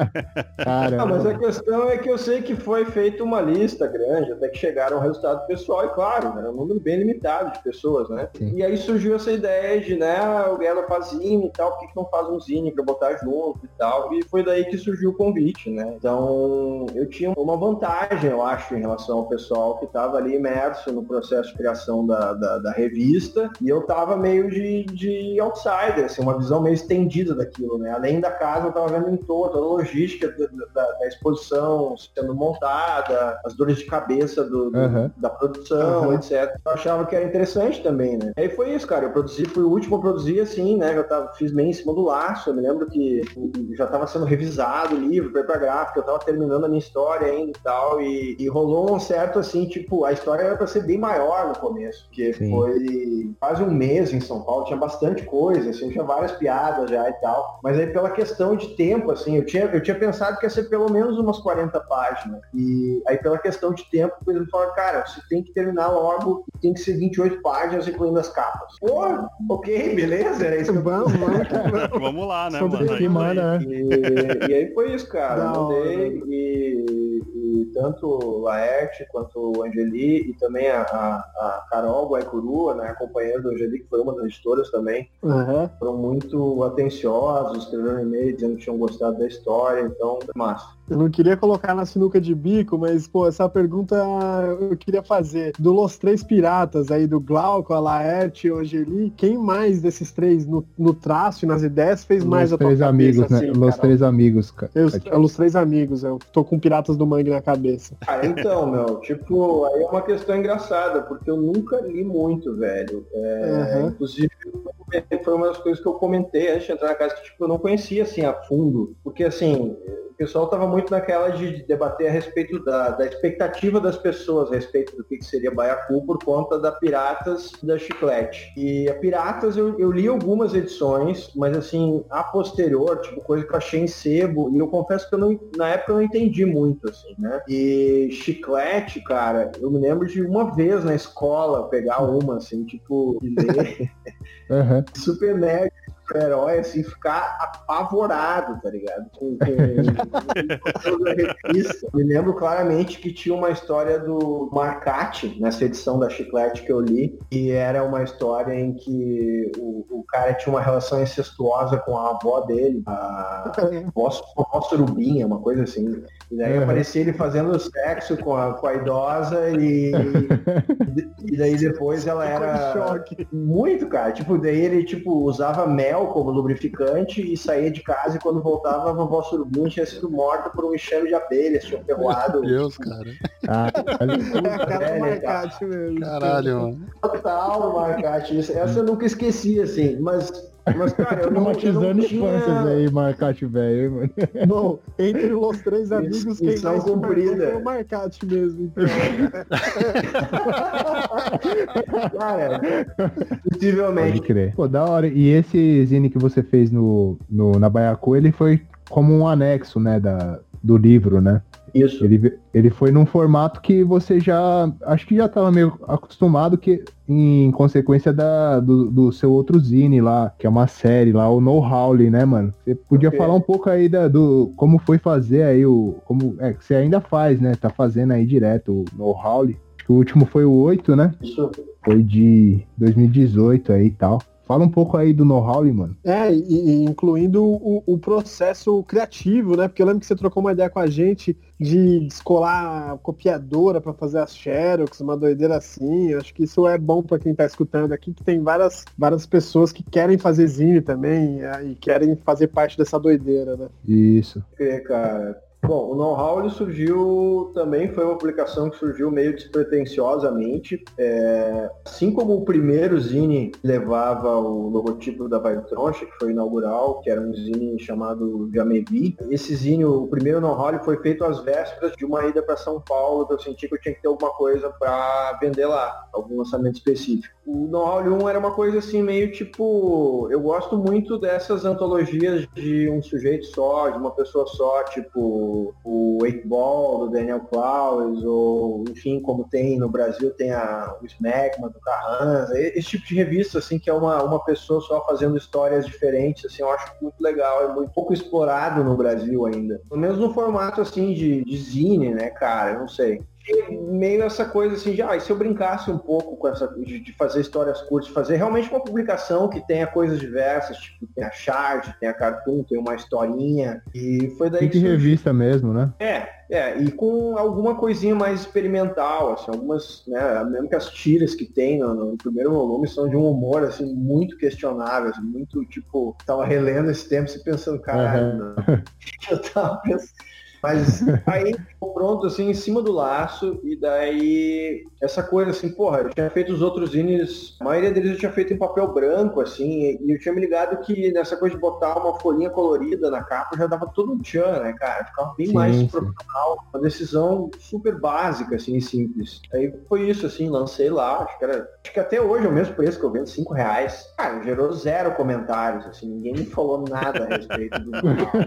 velho. Não, mas a questão é que eu sei que foi feita uma lista grande, até que chegaram ao resultado pessoal, e claro, era um número bem limitado de pessoas, né? Sim. E aí surgiu essa ideia de, né, o Gerlach faz zine e tal, por que que não faz um zine pra botar junto e tal? E foi daí que surgiu o convite, né? Então, eu tinha uma vantagem, eu acho, em relação ao pessoal que estava ali imerso no processo de criação da, da, da revista, e eu tava meio de, de outsider, assim, uma visão meio estendida daquilo, né? Além da casa, eu tava vendo em todo, toda a logística da, da, da exposição sendo montada, as dores de cabeça do, do, uhum. da produção, uhum. etcétera. Eu achava que era interessante também, né? Aí foi isso, cara, eu produzi, fui o último a produzir, assim, né? Eu tava, fiz meio em cima do laço, eu me lembro que já tava sendo revisado o livro, foi pra gráfica, eu tava terminando a minha história ainda e tal, e, e rolou um certo, assim, tipo, a história era pra ser bem maior no começo, porque Sim. foi quase um mês em São Paulo, tinha bastante coisa, assim, tinha várias piadas já e tal, mas aí pela questão de tempo, assim, eu tinha, eu tinha pensado que ia ser pelo menos umas quarenta páginas, e aí pela questão de tempo, eles me falaram, cara, você tem que terminar logo, tem que ser vinte e oito páginas, incluindo as capas. Pô, ok, beleza, era isso que eu vamos, vamos, vamos lá, né, Sobre mano? Aí, mano. E, e aí foi isso, cara, eu mandei e, e tanto o Laerte quanto o Angeli e também a, a, a Carol Guaicurua, né, a companheira do Angeli, que foi uma das editoras também, uhum. foram muito atenciosos, escreveram e-mail dizendo que tinham gostado da história, então, massa. Eu não queria colocar na sinuca de bico, mas, pô, essa pergunta eu queria fazer. Do Los Três Piratas aí, do Glauco, a Laerte e o Angeli, quem mais desses três, no, no traço e nas ideias, fez Los mais a tua três cabeça? Amigos, assim, né? Los Três Amigos, cara. Eu, eu, Los Três Amigos, eu tô com Piratas do Mangue na cabeça. Ah, então, meu, tipo, aí é uma questão engraçada, porque eu nunca li muito, velho. É, uhum. Inclusive, foi uma das coisas que eu comentei antes de entrar na casa, que, tipo, eu não conhecia, assim, a fundo. Porque, assim, o pessoal tava muito naquela de debater a respeito da, da expectativa das pessoas a respeito do que seria Baiacu por conta da Piratas e da Chiclete. E a Piratas, eu, eu li algumas edições, mas, assim, a posterior, tipo, coisa que eu achei em sebo, e eu confesso que eu não, na época eu não entendi muito, assim, né? E Chiclete, cara, eu me lembro de uma vez na escola pegar uma, assim, tipo, de ler. Uhum. Super nerd, super herói, assim, ficar apavorado, tá ligado? Com, com a revista. Me lembro claramente que tinha uma história do Marcati, nessa edição da Chiclete que eu li, e era uma história em que o, o cara tinha uma relação incestuosa com a avó dele, a avó surubinha, uma coisa assim. E daí uhum. aparecia ele fazendo sexo com a, com a idosa e, e daí depois ela era muito, cara, tipo, daí ele tipo, usava mel como lubrificante e saía de casa e quando voltava a vovó surubinha tinha sido morta por um enxame de abelhas, tinha ferroado. Meu Deus, cara. Ah, cara do Marcati mesmo. Caralho, mano. Total, Marcati. Essa eu nunca esqueci, assim, mas... Mas, cara, eu não, Traumatizando eu não tinha... infâncias aí, Marcati, velho, mano. Bom, entre os três amigos, quem mais comprida é o Marcati mesmo. Então. Cara, possivelmente. Pode crer. Pô, da hora. E esse zine que você fez no, no, na Baiacu, ele foi como um anexo, né, da, do livro, né? Isso. Ele, ele foi num formato que você já, acho que já estava meio acostumado, que em consequência da, do, do seu outro zine lá, que é uma série lá, o No Howling, né, mano? Você podia Okay. falar um pouco aí da, do como foi fazer aí o, como, é, que você ainda faz, né? Tá fazendo aí direto o No Howling. Acho que o último foi o oito, né? Isso. Foi de dois mil e dezoito aí e tal. Fala um pouco aí do No Howling, mano. É, e, e incluindo o, o processo criativo, né? Porque eu lembro que você trocou uma ideia com a gente de descolar a copiadora para fazer as xerox, uma doideira assim. Eu acho que isso é bom para quem tá escutando aqui, que tem várias, várias pessoas que querem fazer zine também é, e querem fazer parte dessa doideira, né? Isso. É, cara. Bom, o Know-How ele surgiu também, foi uma publicação que surgiu meio despretensiosamente. É, assim como o primeiro zine levava o logotipo da Vailtroncha, que foi inaugural, que era um zine chamado Jamevi. Esse zine, o primeiro Know-How, foi feito às vésperas de uma ida para São Paulo, que eu senti que eu tinha que ter alguma coisa para vender lá, algum lançamento específico. O Know-How um era uma coisa assim, meio tipo... Eu gosto muito dessas antologias de um sujeito só, de uma pessoa só, tipo... o Eight Ball, do Daniel Clowes, ou enfim, como tem no Brasil, tem a, o Smegma, do Carranza, esse tipo de revista, assim, que é uma, uma pessoa só fazendo histórias diferentes, assim, eu acho muito legal, é muito pouco explorado no Brasil ainda. Pelo menos no formato, assim, de, de zine, né, cara, eu não sei. Meio essa coisa assim de, ah, e se eu brincasse um pouco com essa de, de fazer histórias curtas, fazer realmente uma publicação que tenha coisas diversas, tipo, tem a Chart, tem a Cartoon, tem uma historinha, e foi daí que que revista mesmo, né? É, é, e com alguma coisinha mais experimental, assim, algumas, né, mesmo que as tiras que tem no, no primeiro volume são de um humor, assim, muito questionável, assim, muito, tipo, tava relendo esse tempo e pensando, caralho, uhum. Não, eu tava pensando... Mas aí, pronto, assim, em cima do laço, e daí, essa coisa assim, porra, eu tinha feito os outros zines, a maioria deles eu tinha feito em papel branco, assim, e eu tinha me ligado que nessa coisa de botar uma folhinha colorida na capa já dava todo um tchan, né, cara? Ficava bem sim, mais sim. profissional, uma decisão super básica, assim, e simples. Aí foi isso, assim, lancei lá, acho que era, acho que até hoje é o mesmo preço que eu vendo, cinco reais. Cara, gerou zero comentários, assim, ninguém me falou nada a respeito do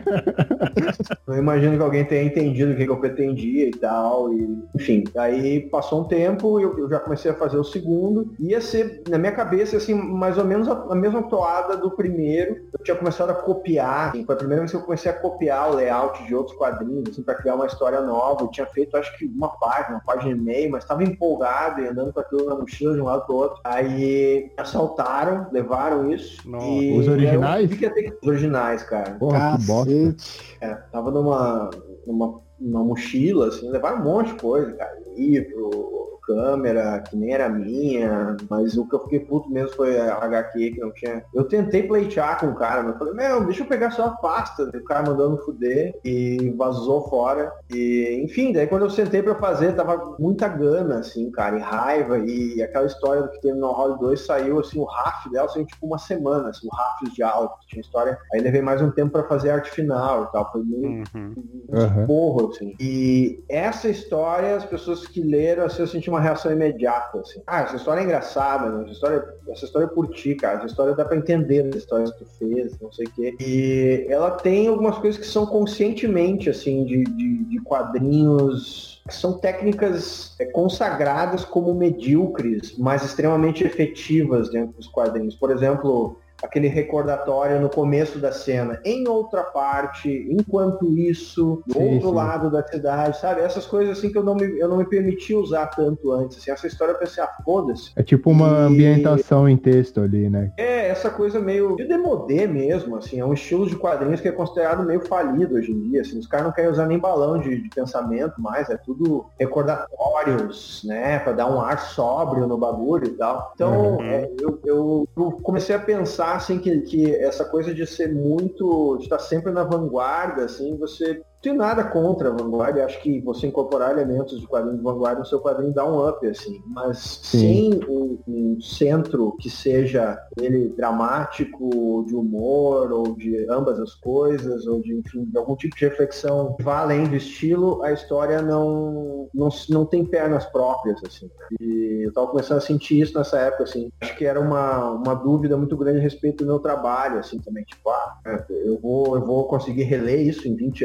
Não imagino que alguém tenha entendido o que eu pretendia e tal, e enfim, aí passou um tempo, eu, eu já comecei a fazer o segundo, ia ser, na minha cabeça, assim, mais ou menos a, a mesma toada do primeiro. Eu tinha começado a copiar, assim, foi a primeira vez que eu comecei a copiar o layout de outros quadrinhos, assim, para criar uma história nova. Eu tinha feito, acho que uma página, uma página e meia, mas estava empolgado e andando com aquilo na mochila de um lado pro outro. Aí assaltaram, levaram isso. E os originais? Eu vi que ia ter... Os originais, cara. Porra, que bosta. É, tava numa, numa, numa mochila, assim, levaram um monte de coisa, cara. Livro, câmera, que nem era minha, mas o que eu fiquei puto mesmo foi a agá quê, que não tinha... Eu tentei pleitear com o cara, mas eu falei, meu, deixa eu pegar só a pasta. O cara mandando fuder e vazou fora. E, enfim, daí quando eu sentei pra fazer, tava muita gana, assim, cara, e raiva, e aquela história do que teve no Hall dois saiu, assim, o raft dela saiu tipo uma semana, assim, o raft de diálogo, tinha história. Aí levei mais um tempo pra fazer a arte final e tal, foi meio uhum. um porro, assim. E essa história, as pessoas que leram, assim, eu senti uma reação imediata, assim. Ah, essa história é engraçada, né? essa, história, essa história é por ti, cara. Essa história dá pra entender as histórias que tu fez, não sei o quê. E ela tem algumas coisas que são conscientemente, assim, de, de, de quadrinhos... São técnicas consagradas como medíocres, mas extremamente efetivas dentro dos quadrinhos. Por exemplo... aquele recordatório no começo da cena, em outra parte, enquanto isso, do sim, outro sim. lado da cidade, sabe? Essas coisas assim que eu não me, eu não me permiti usar tanto antes, assim, essa história eu pensei, ah, foda-se. É tipo uma e... ambientação em texto ali, né? É, essa coisa meio de demodê mesmo, assim, é um estilo de quadrinhos que é considerado meio falido hoje em dia, assim, os caras não querem usar nem balão de, de pensamento mais, é tudo recordatórios, né, pra dar um ar sóbrio no bagulho e tal. Então, uhum. é, eu, eu, eu comecei a pensar assim, que, que essa coisa de ser muito, de estar sempre na vanguarda, assim, você não tem nada contra a vanguarda, acho que você incorporar elementos de quadrinho de vanguarda no seu quadrinho dá um up, assim, mas sim. sem um, um centro que seja ele dramático, de humor, ou de ambas as coisas, ou de, enfim, de algum tipo de reflexão que vá além do estilo, a história não, não, não tem pernas próprias, assim. E eu tava começando a sentir isso nessa época, assim. Acho que era uma, uma dúvida muito grande a respeito do meu trabalho, assim, também, tipo, ah, eu vou, eu vou conseguir reler isso em vinte anos e achar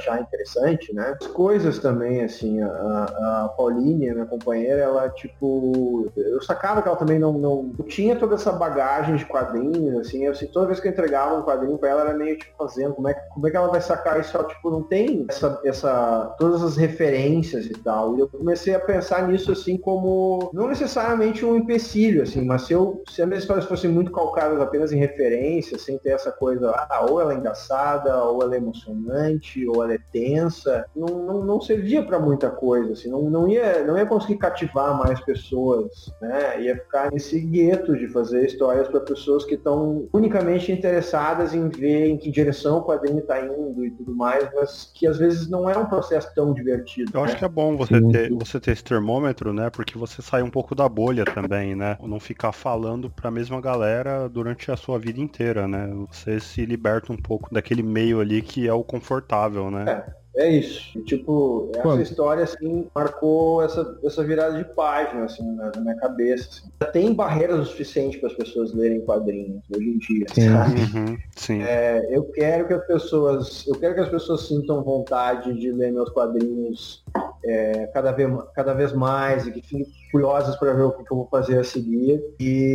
achar interessante, né? As coisas também, assim, a, a Pauline, a minha companheira, ela, tipo, eu sacava que ela também não, não, não tinha toda essa bagagem de quadrinhos, assim, eu, assim, toda vez que eu entregava um quadrinho pra ela, era meio, tipo, fazendo, como é, como é que ela vai sacar isso? Ela, tipo, não tem essa, essa, todas as referências e tal, e eu comecei a pensar nisso, assim, como, não necessariamente um empecilho, assim, mas se, eu, se as minhas histórias fossem muito calcadas apenas em referências, sem ter essa coisa, ah, ou ela é engraçada, ou ela é emocionante, ou ela é tensa, não, não, não servia pra muita coisa, assim, não, não, ia, não ia conseguir cativar mais pessoas, né, ia ficar nesse gueto de fazer histórias para pessoas que estão unicamente interessadas em ver em que direção o quadrinho está indo e tudo mais, mas que às vezes não é um processo tão divertido. Eu né? acho que é bom você ter, você ter esse termômetro, né? Porque você sai um pouco da bolha também, né? Não ficar falando pra mesma galera durante a sua vida inteira, né? Você se liberta um pouco daquele meio ali que é o confortável, né? É. É isso. E, tipo, essa Quando? história, assim, marcou essa, essa virada de página, assim, na, na minha cabeça. Assim. Já tem barreiras o suficiente para as pessoas lerem quadrinhos hoje em dia, sim. sabe? Uhum, sim. É, eu quero que as pessoas, eu quero que as pessoas sintam vontade de ler meus quadrinhos é, cada, vez, cada vez mais e que fiquem curiosas para ver o que, que eu vou fazer a seguir.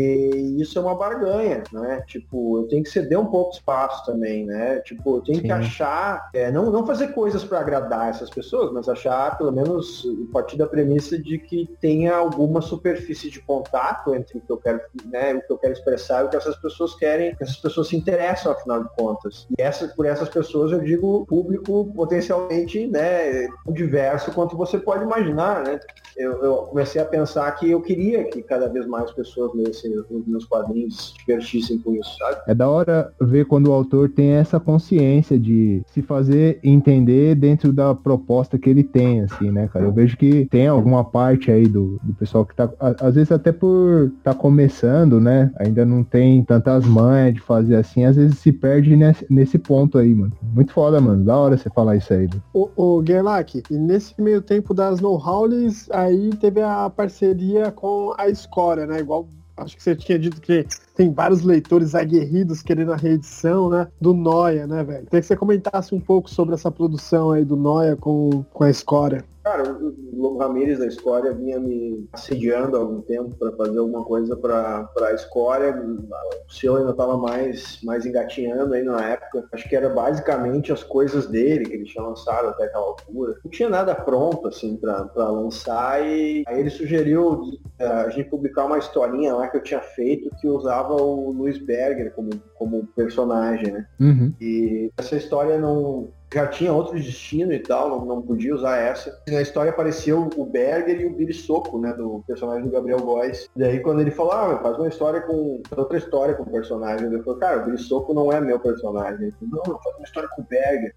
E isso é uma barganha, né? Tipo, eu tenho que ceder um pouco de espaço também, né? Tipo, eu tenho Sim. que achar, é, não, não fazer coisas para agradar essas pessoas, mas achar, pelo menos, partir da premissa de que tenha alguma superfície de contato entre o que eu quero, né, o que eu quero expressar e o que essas pessoas querem, que essas pessoas se interessam, afinal de contas. E essa, por essas pessoas eu digo público potencialmente, né, diverso quanto você pode imaginar, né? Eu, eu comecei a pensar que eu queria que cada vez mais pessoas lessem os meus quadrinhos, se divertissem com isso, sabe? É da hora ver quando o autor tem essa consciência de se fazer entender dentro da proposta que ele tem, assim, né, cara? Eu vejo que tem alguma parte aí do, do pessoal que tá, às vezes até por tá começando, né, ainda não tem tantas manhas de fazer assim, às vezes se perde nesse, nesse ponto aí, mano. Muito foda, mano. Da hora você falar isso aí. Ô, ô Gerlach, e nesse meio tempo das No Howlies, aí teve a parceria com a Escória, né? Igual, acho que você tinha dito que tem vários leitores aguerridos querendo a reedição, né? Do Noia, né, velho? Queria que você comentasse um pouco sobre essa produção aí do Noia com, com a Escória. Cara, o Lobo Ramírez da Escória vinha me assediando há algum tempo para fazer alguma coisa para a Escória. O seu ainda estava mais, mais engatinhando aí na época. Acho que era basicamente as coisas dele que ele tinha lançado até aquela altura. Não tinha nada pronto assim para lançar e aí ele sugeriu a gente publicar uma historinha lá que eu tinha feito que usava o Louis Berger como, como personagem, né? Uhum. E essa história não... já tinha outro destino e tal, não, não podia usar essa. E na história apareceu o Berger e o Billy Socco, né, do personagem do Gabriel Góes. E aí quando ele falou, ah, faz uma história com... outra história com o personagem. Eu falei, cara, o Billy Socco não é meu personagem. Ele falou, não, faz uma história com o Berger.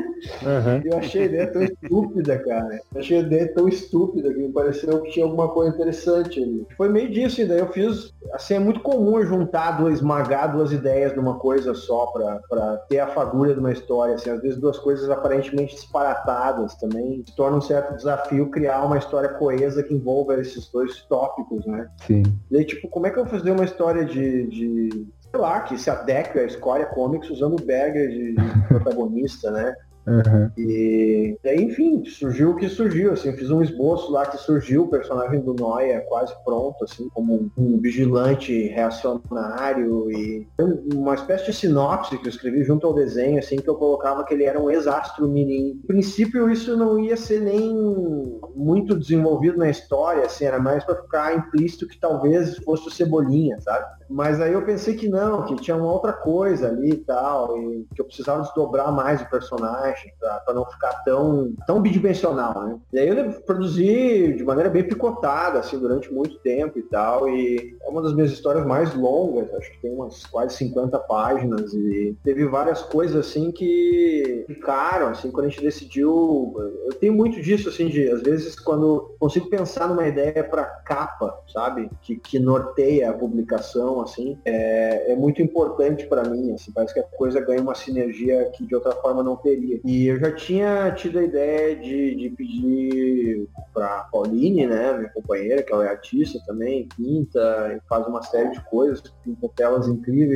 Uhum. Eu achei a ideia tão estúpida, cara. Eu achei a ideia tão estúpida que me pareceu que tinha alguma coisa interessante ali. Foi meio disso, e daí eu fiz... Assim, é muito comum juntar, duas, esmagar duas ideias numa coisa só pra, pra ter a fagulha de uma história, assim, às vezes duas coisas aparentemente disparatadas também, se torna um certo desafio criar uma história coesa que envolva esses dois tópicos, né? Sim. E aí, tipo, como é que eu vou fazer uma história de, de sei lá, que se adeque à Escória Comics usando o Berger de, de protagonista, né? Uhum. E aí, enfim, surgiu o que surgiu, assim, eu fiz um esboço lá que surgiu o personagem do Noia quase pronto, assim, como um, um vigilante reacionário e uma espécie de sinopse que eu escrevi junto ao desenho, assim, que eu colocava que ele era um ex-astro mirim. No princípio, isso não ia ser nem muito desenvolvido na história, assim, era mais para ficar implícito que talvez fosse o Cebolinha, sabe? Mas aí eu pensei que não, que tinha uma outra coisa ali e tal, e que eu precisava desdobrar mais o personagem para não ficar tão, tão bidimensional, né? E aí eu produzi de maneira bem picotada, assim, durante muito tempo e tal, e é uma das minhas histórias mais longas, acho que tem umas quase cinquenta páginas, e teve várias coisas, assim, que ficaram, assim, quando a gente decidiu... Eu tenho muito disso, assim, de, às vezes, quando consigo pensar numa ideia para capa, sabe? Que, que norteia a publicação, assim, é, é muito importante para mim, assim, parece que a coisa ganha uma sinergia que de outra forma não teria. E eu já tinha tido a ideia de, de pedir para Pauline, né, minha companheira, que ela é artista também, pinta, faz uma série de coisas, pinta telas incríveis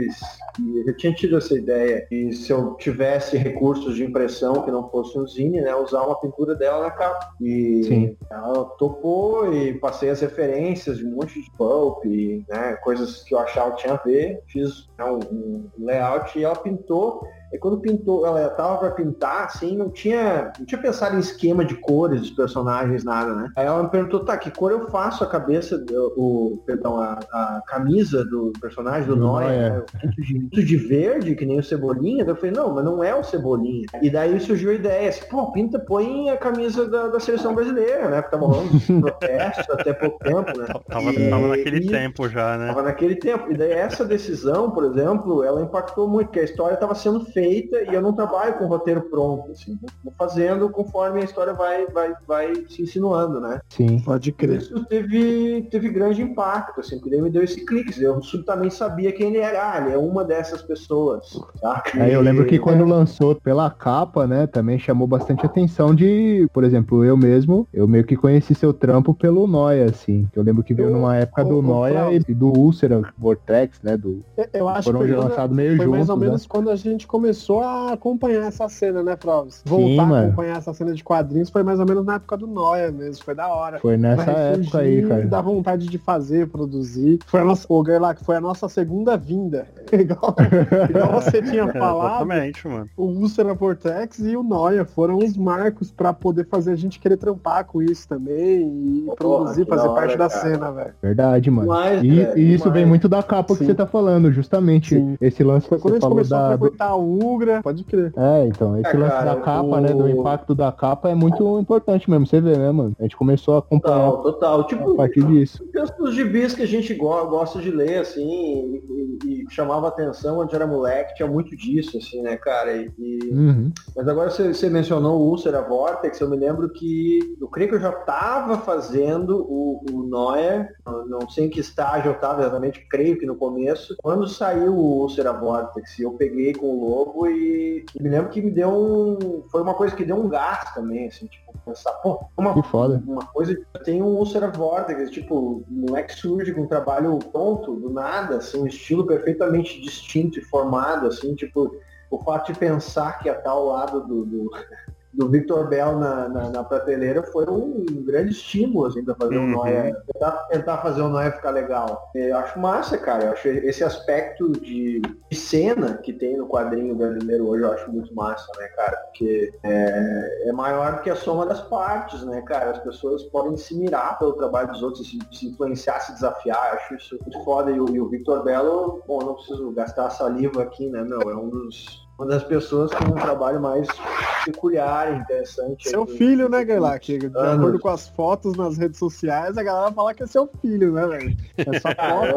E eu tinha tido essa ideia. E se eu tivesse recursos de impressão que não fosse um zine, né, usar uma pintura dela na capa. E Sim. ela topou e passei as referências de um monte de pulp, e, né, coisas que eu achava que tinha a ver. Fiz né, um, um layout e ela pintou. E quando pintou, ela tava pra pintar, assim, não tinha, não tinha pensado em esquema de cores dos personagens, nada, né? Aí ela me perguntou, tá, que cor eu faço a cabeça, do, o, perdão, a, a camisa do personagem, do Noia, né? Pinto de verde, que nem o Cebolinha. Daí eu falei, não, mas não é o Cebolinha. E daí surgiu a ideia, assim, pô, pinta, põe a camisa da, da seleção brasileira, né? Porque tava rolando protestos até pouco tempo, né? Tava, e, tava naquele e, tempo já, né? Tava naquele tempo. E daí essa decisão, por exemplo, ela impactou muito, porque a história tava sendo feita feita e eu não trabalho com roteiro pronto, assim, vou fazendo conforme a história vai, vai, vai se insinuando, né? Sim, pode crer. Isso teve, teve grande impacto, assim, porque daí me deu esse clique, eu subitamente sabia quem ele era, ah, ele é uma dessas pessoas, saca? Aí eu lembro que quando lançou pela capa, né, também chamou bastante atenção de, por exemplo, eu mesmo, eu meio que conheci seu trampo pelo Noia, assim, que eu lembro que veio eu, numa época do Noia e do Úlcera Vortex, né, do... Eu acho foram que lançados meio foi juntos, mais ou né? menos quando a gente começou começou a acompanhar essa cena, né, Provis? Voltar Sim, a mano. acompanhar essa cena de quadrinhos foi mais ou menos na época do Noia mesmo, foi da hora. Foi nessa época aí, cara. Dá vontade de fazer, produzir. Foi a nossa, o Gerlach, foi a nossa segunda vinda. igual, igual você tinha É, falado. exatamente, mano. O Úlcera Vortex e o Noia foram os marcos pra poder fazer a gente querer trampar com isso também e Porra, produzir, fazer hora, parte da cara. cena, velho. Verdade, mano. Mas, e, é, e isso mas... vem muito da capa Sim. que você tá falando, justamente. Sim. Esse lance foi que quando você a gente falou começou da... a frequentar o Ugra, pode crer. É, então, esse é, lance cara, da capa, o... né, do impacto da capa é muito importante mesmo, você vê, né, mano? A gente começou a acompanhar total, total. Tipo, a partir disso. Penso nos gibis que a gente go- gosta de ler, assim, e, e, e chamava atenção quando era moleque, tinha muito disso, assim, né, cara? E, e... Uhum. Mas agora você, você mencionou o Úlcera Vortex, eu me lembro que, eu creio que eu já tava fazendo o, o Noia, não sei em que estágio eu tava exatamente, creio que no começo, quando saiu o Úlcera Vortex, eu peguei com o Lobo e, e me lembro que me deu um, foi uma coisa que deu um gás também, assim, tipo, pensar, pô, uma, que foda. uma coisa, tem um Úlcera Vortex, tipo, o moleque surge com um trabalho pronto, do nada, assim, um estilo perfeitamente distinto e formado, assim, tipo, o fato de pensar que ia estar ao lado do, do, do Victor Bell na, na, na prateleira foi um grande estímulo, assim, pra fazer uhum. o Noia, tentar, tentar fazer o Noia ficar legal. Eu acho massa, cara, eu acho esse aspecto de, de cena que tem no quadrinho brasileiro hoje, eu acho muito massa, né, cara, porque é, é maior do que a soma das partes, né, cara, as pessoas podem se mirar pelo trabalho dos outros, se, se influenciar, se desafiar, eu acho isso muito foda, e o, e o Victor Bello, bom, não preciso gastar saliva aqui, né, meu, é um dos uma das pessoas com um trabalho mais peculiar, interessante. Seu aqui. Filho, né, Gerlach? De acordo com as fotos nas redes sociais, a galera fala que é seu filho, né, velho? É só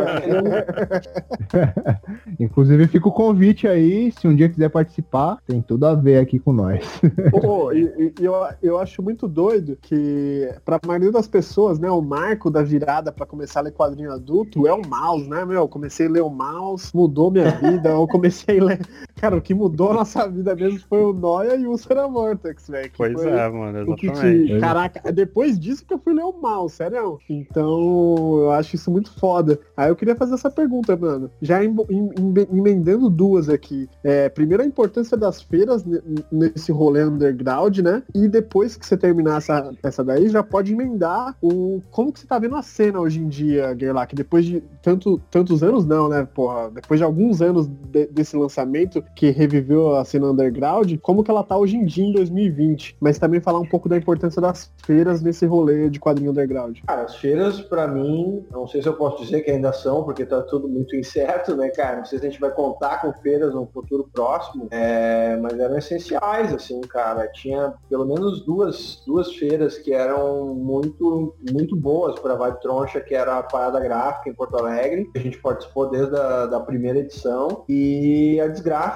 foto. Inclusive, fica o convite aí, se um dia quiser participar, tem tudo a ver aqui com nós. Pô, e, e eu, eu acho muito doido que, pra maioria das pessoas, né, o marco da virada pra começar a ler quadrinho adulto é o mouse, né, meu? Eu comecei a ler o mouse, mudou minha vida, eu comecei a ler... Cara, o que mudou a nossa vida mesmo foi o Noia e o Úlcera Vortex, velho. Pois foi é, mano, exatamente. Te... Caraca, depois disso que eu fui ler o mouse, sério. Então, eu acho isso muito foda. Aí eu queria fazer essa pergunta, mano. Já em, em, emendando duas aqui. É, primeiro, a importância das feiras nesse rolê underground, né? E depois que você terminar essa, essa daí, já pode emendar o... Como que você tá vendo a cena hoje em dia, Gerlach? Depois de tanto, tantos anos, não, né, porra? Depois de alguns anos de, desse lançamento, que reviveu a cena underground, como que ela tá hoje em dia em dois mil e vinte, mas também falar um pouco da importância das feiras nesse rolê de quadrinho underground. Cara, as feiras, pra mim, não sei se eu posso dizer que ainda são, porque tá tudo muito incerto, né, cara? Não sei se a gente vai contar com feiras no futuro próximo, é... mas eram essenciais, assim, cara. Tinha pelo menos duas, duas feiras que eram muito, muito boas pra Vibe Troncha, que era a Parada Gráfica em Porto Alegre, que a gente participou desde a da primeira edição, e a Desgráfica em São Paulo,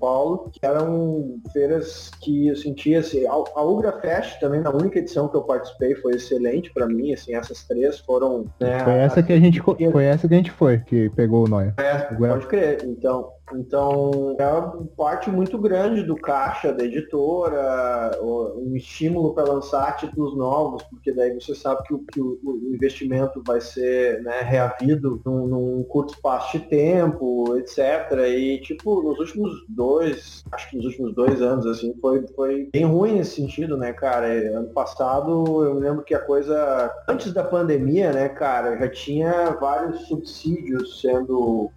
Paulo, que eram feiras que eu sentia, assim, a, a Ugra Fest também, na única edição que eu participei, foi excelente pra mim, assim, essas três foram... Né, foi, essa que a gente, foi essa que a gente foi, que pegou o Noia. É, pode crer, então... Então, é uma parte muito grande do caixa da editora, um estímulo para lançar títulos novos, porque daí você sabe que o, que o, o investimento vai ser, né, reavido num, num curto espaço de tempo, etcétera. E, tipo, nos últimos dois, acho que nos últimos dois anos, assim, foi, foi bem ruim nesse sentido, né, cara? Ano passado, eu lembro que a coisa, antes da pandemia, né, cara, já tinha vários subsídios sendo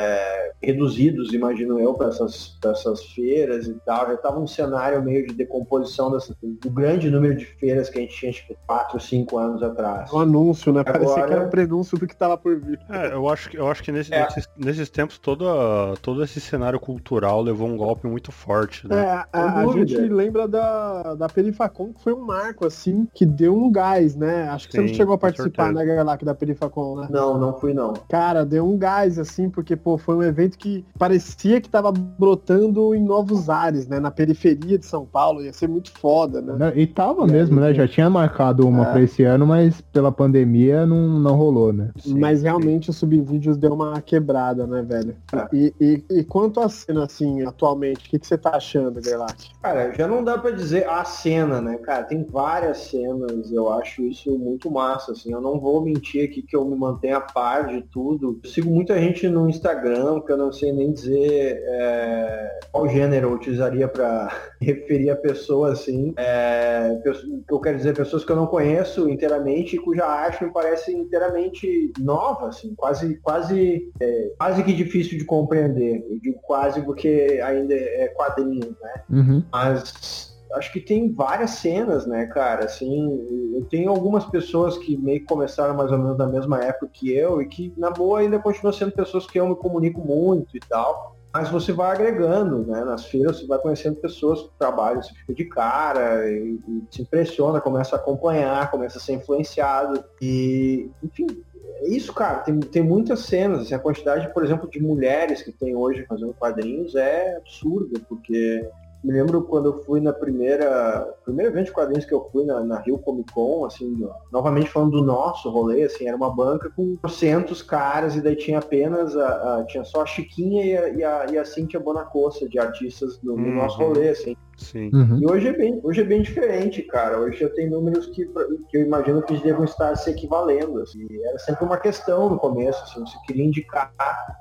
é, reduzidos, imagino eu, para essas, pra essas feiras e tal. Já estava um cenário meio de decomposição dessa, do grande número de feiras que a gente tinha, tipo, quatro, cinco anos atrás. Um anúncio, né? Agora... Parecia que era um prenúncio do que estava por vir. É, eu acho que, eu acho que nesse, É. nesses, nesses tempos todo, todo esse cenário cultural levou um golpe muito forte, né? É, a, a gente lembra da, da Perifacon, que foi um marco, assim, que deu um gás, né? Acho que Sim, você não chegou a com participar, certeza. né, Garlac, da Perifacon, né? Não, não fui não. Cara, deu um gás, assim, porque, pô, foi um evento que parecia que tava brotando em novos ares, né? Na periferia de São Paulo, ia ser muito foda, né? Não, e tava E mesmo, aí, né? Já tinha marcado uma É. pra esse ano, mas pela pandemia não, não rolou, né? Sim, Mas sim. realmente o Subvídeos deu uma quebrada, né, velho? É. E, e, e quanto à cena, assim, atualmente, o que, que você tá achando, Garlac? Cara, já não dá pra dizer a cena, né, cara? Tem várias cenas, eu acho isso muito massa, assim. Eu não vou mentir aqui que eu me mantenho a par de tudo. Eu sigo muita gente no Instagram, que eu não sei nem dizer é, qual gênero eu utilizaria pra referir a pessoa, assim. É, pessoa- eu quero dizer, pessoas que eu não conheço inteiramente e cuja arte me parece inteiramente nova, assim, quase, quase, é, quase que difícil de compreender. Eu digo quase porque ainda é quadrinho, né? Uhum. Mas acho que tem várias cenas, né, cara? Assim, eu tenho algumas pessoas que meio que começaram mais ou menos na mesma época que eu e que, na boa, ainda continuam sendo pessoas que eu me comunico muito e tal. Mas você vai agregando, né? Nas feiras você vai conhecendo pessoas que trabalham, você fica de cara e, e se impressiona, começa a acompanhar, começa a ser influenciado. E, enfim, é isso, cara. Tem, tem muitas cenas. Assim, a quantidade, por exemplo, de mulheres que tem hoje fazendo quadrinhos é absurda, porque me lembro quando eu fui na primeira, primeiro evento de quadrinhos que eu fui na, na Rio Comic Con, assim, novamente falando do nosso rolê, assim, era uma banca com trocentos caras e daí tinha apenas, a, a- tinha só a Chiquinha e a, e a, e a Cíntia Bonacossa de artistas do, do Uhum. nosso rolê, assim. Sim. Uhum. E hoje é bem, hoje é bem diferente, cara. Hoje já tem números que, que eu imagino que devam estar se equivalendo. Assim. Era sempre uma questão no começo, assim, você queria indicar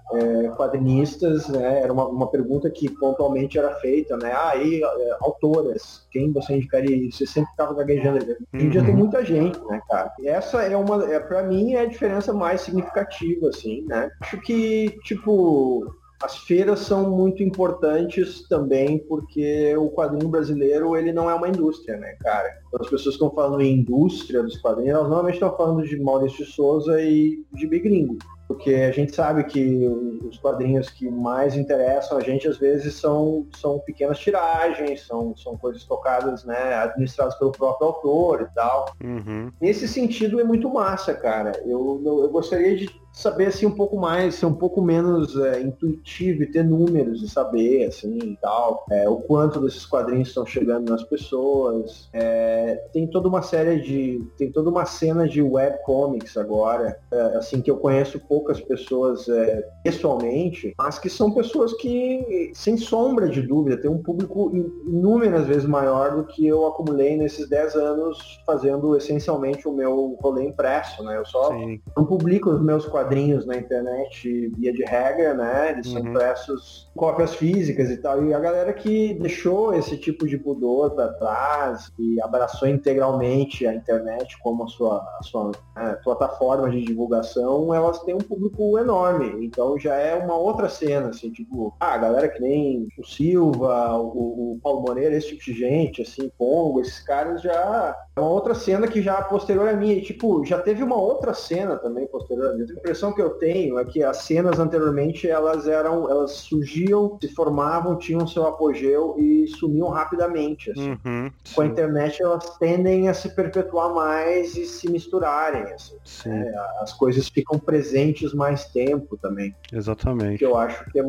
é, quadrinistas, né? Era uma, uma pergunta que pontualmente era feita, né? Ah, e é, autoras, quem você indicaria? Você sempre ficava gaguejando. Hoje em dia tem Uhum. muita gente, né, cara? E essa é uma, é, pra mim, é a diferença mais significativa, assim, né? Acho que, tipo, as feiras são muito importantes também porque o quadrinho brasileiro, ele não é uma indústria, né, cara? Então, as pessoas que estão falando em indústria dos quadrinhos, elas normalmente estão falando de Maurício de Souza e de Big Gringo. Porque a gente sabe que os quadrinhos que mais interessam a gente, às vezes, são, são pequenas tiragens, são, são coisas tocadas, né, administradas pelo próprio autor e tal. Uhum. Nesse sentido, é muito massa, cara. Eu, eu, eu gostaria de saber, assim, um pouco mais, ser um pouco menos é, intuitivo e ter números e saber, assim, e tal, é, o quanto desses quadrinhos estão chegando nas pessoas. É, tem toda uma série de... tem toda uma cena de webcomics agora, é, assim, que eu conheço poucas pessoas é, pessoalmente, mas que são pessoas que, sem sombra de dúvida, tem um público inúmeras vezes maior do que eu acumulei nesses dez anos fazendo essencialmente o meu rolê impresso, né? Eu só Sim. não publico os meus quadrinhos na internet via de regra, né? Eles são Uhum. impressos em cópias físicas e tal. E a galera que deixou esse tipo de pudor para trás e abraçou integralmente a internet como a sua, a sua né, plataforma de divulgação, elas têm um público enorme. Então já é uma outra cena, assim, tipo, ah, a galera que nem o Silva, o, o Paulo Moreira, esse tipo de gente, assim, Pongo, esses caras já... é uma outra cena que já posterior a mim. E, tipo, já teve uma outra cena também posterior a mim. A impressão que eu tenho é que as cenas anteriormente, elas eram, elas surgiam, se formavam, tinham seu apogeu e sumiam rapidamente, assim. Uhum. Com a Sim. internet, elas tendem a se perpetuar mais e se misturarem, assim. Sim. As coisas ficam presentes mais tempo também, Exatamente. que eu acho que é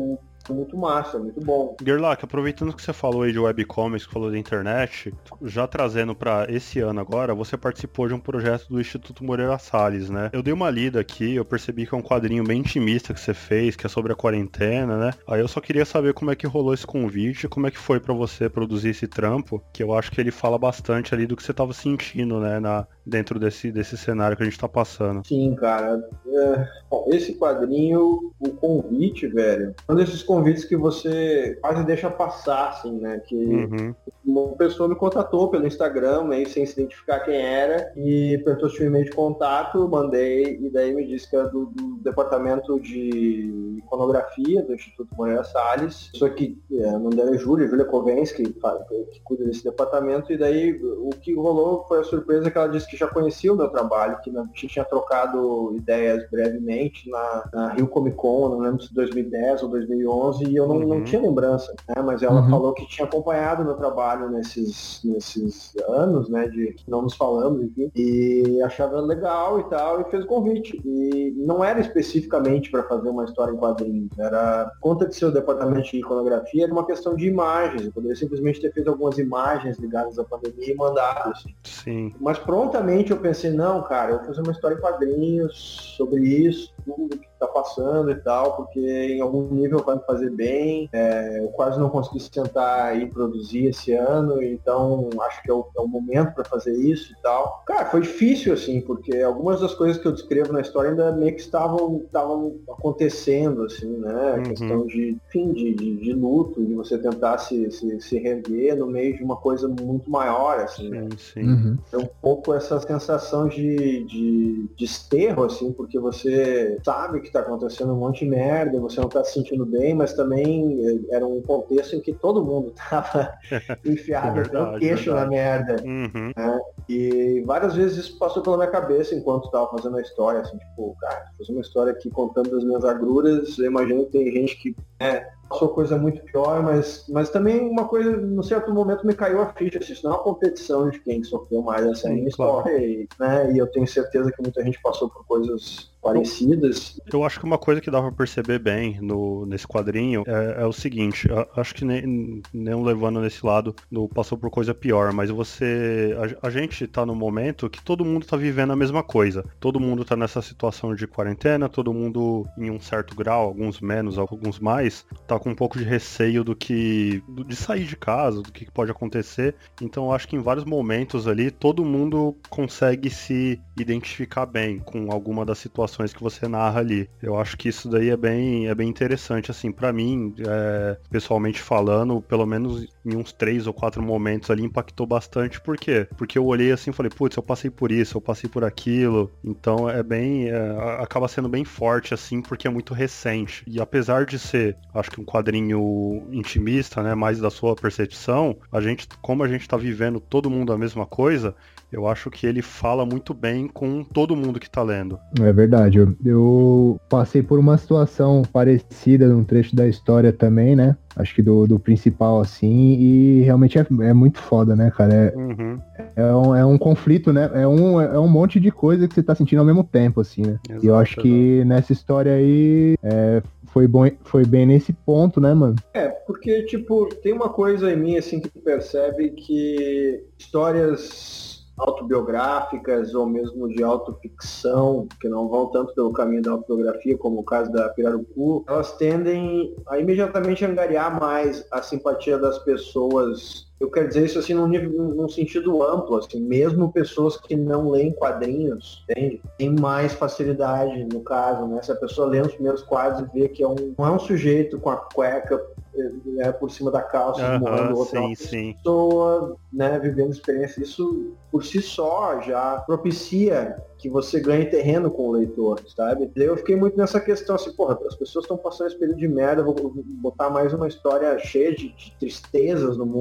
muito massa, muito bom. Gerlach, aproveitando que você falou aí de webcomics, que falou da internet, já trazendo para esse ano agora, você participou de um projeto do Instituto Moreira Salles, né? Eu dei uma lida aqui, eu percebi que é um quadrinho bem intimista que você fez, que é sobre a quarentena, né? Aí eu só queria saber como é que rolou esse convite, como é que foi para você produzir esse trampo, que eu acho que ele fala bastante ali do que você tava sentindo, né, na, dentro desse, desse cenário que a gente tá passando. Sim, cara. É, bom, esse quadrinho, o convite, velho, um desses convites que você quase deixa passar, assim, né? Que Uhum. uma pessoa me contatou pelo Instagram, meio sem se identificar quem era, e perguntou se tinha um e-mail de contato, mandei, e daí me disse que era do, do departamento de iconografia do Instituto Moreira Salles. Só que é, o nome dela é Júlia, Júlia Kovensky, que, que cuida desse departamento, e daí o que rolou foi a surpresa que ela disse que já conhecia o meu trabalho, que a gente tinha trocado ideias brevemente na, na Rio Comic Con, não lembro se dois mil e dez ou dois mil e onze, e eu não, uhum. não tinha lembrança, né? Mas ela uhum. falou que tinha acompanhado o meu trabalho nesses, nesses anos, né, de que não nos falamos, enfim, e achava legal e tal, e fez o convite. E não era especificamente para fazer uma história em quadrinhos, era, conta de ser o departamento de iconografia, era uma questão de imagens, eu poderia simplesmente ter feito algumas imagens ligadas à pandemia e mandado, assim. Sim. Mas prontamente eu pensei, não, cara, eu vou fazer uma história em quadrinhos sobre isso, tudo que tá passando e tal, porque em algum nível vai me fazer bem. É, eu quase não consegui sentar e produzir esse ano, então acho que é o, é o momento para fazer isso e tal. Cara, foi difícil, assim, porque algumas das coisas que eu descrevo na história ainda meio que estavam, estavam acontecendo, assim, né? A uhum. questão de, enfim, de, de, de luto, de você tentar se, se, se reerguer no meio de uma coisa muito maior, assim, né? Sim, sim. Uhum. É um pouco essa sensação de, de, de esterro, assim, porque você sabe que tá acontecendo um monte de merda, você não tá se sentindo bem, mas também era um contexto em que todo mundo tava enfiado é verdade, no queixo verdade. na merda. Uhum. Né? E várias vezes isso passou pela minha cabeça enquanto tava fazendo a história, assim, tipo, cara, fazer uma história aqui contando das minhas agruras, eu imagino que tem gente que, né, passou coisa muito pior, mas, mas também uma coisa, num certo momento me caiu a ficha, assim, isso não é uma competição de quem sofreu mais, essa é a minha história, e, né, e eu tenho certeza que muita gente passou por coisas parecidas. Eu acho que uma coisa que dá pra perceber bem no, nesse quadrinho é, é o seguinte, acho que nem, nem levando nesse lado do passou por coisa pior, mas você, a, a gente tá num momento que todo mundo tá vivendo a mesma coisa, todo mundo tá nessa situação de quarentena, todo mundo em um certo grau, alguns menos, alguns mais, tá com um pouco de receio do que, de sair de casa, do que pode acontecer, então eu acho que em vários momentos ali, todo mundo consegue se identificar bem com alguma das situações que você narra ali. Eu acho que isso daí é bem, é bem interessante, assim, pra mim, é, pessoalmente falando, pelo menos em uns três ou quatro momentos ali impactou bastante. Por quê? Porque eu olhei assim e falei, putz, eu passei por isso, eu passei por aquilo. Então é bem, é, acaba sendo bem forte, assim, porque é muito recente. E apesar de ser, acho que um quadrinho intimista, né, mais da sua percepção, a gente, como a gente tá vivendo todo mundo a mesma coisa, eu acho que ele fala muito bem com todo mundo que tá lendo. É verdade. Eu, eu passei por uma situação parecida num trecho da história também, né? Acho que do, do principal, assim, e realmente é, é muito foda, né, cara? É, uhum. é, um, é um conflito, né? É um, é um monte de coisa que você tá sentindo ao mesmo tempo, assim, né? Exato, e eu acho exato. que nessa história aí é, foi, bom, foi bem nesse ponto, né, mano? É, porque, tipo, tem uma coisa em mim, assim, que percebe que histórias autobiográficas ou mesmo de autoficção, que não vão tanto pelo caminho da autobiografia, como o caso da Pirarucu, elas tendem a imediatamente angariar mais a simpatia das pessoas. Eu quero dizer isso assim num, nível, num sentido amplo, assim, mesmo pessoas que não leem quadrinhos, entende? Tem mais facilidade no caso, né? Se a pessoa lê os primeiros quadros e vê que é um, não é um sujeito com a cueca, né, por cima da calça, uhum, morando outra sim, sim. pessoa, né, vivendo experiência. Isso por si só já propicia que você ganhe terreno com o leitor, sabe? Eu fiquei muito nessa questão, assim, porra, as pessoas estão passando esse período de merda, vou botar mais uma história cheia de, de tristezas no mundo e tal,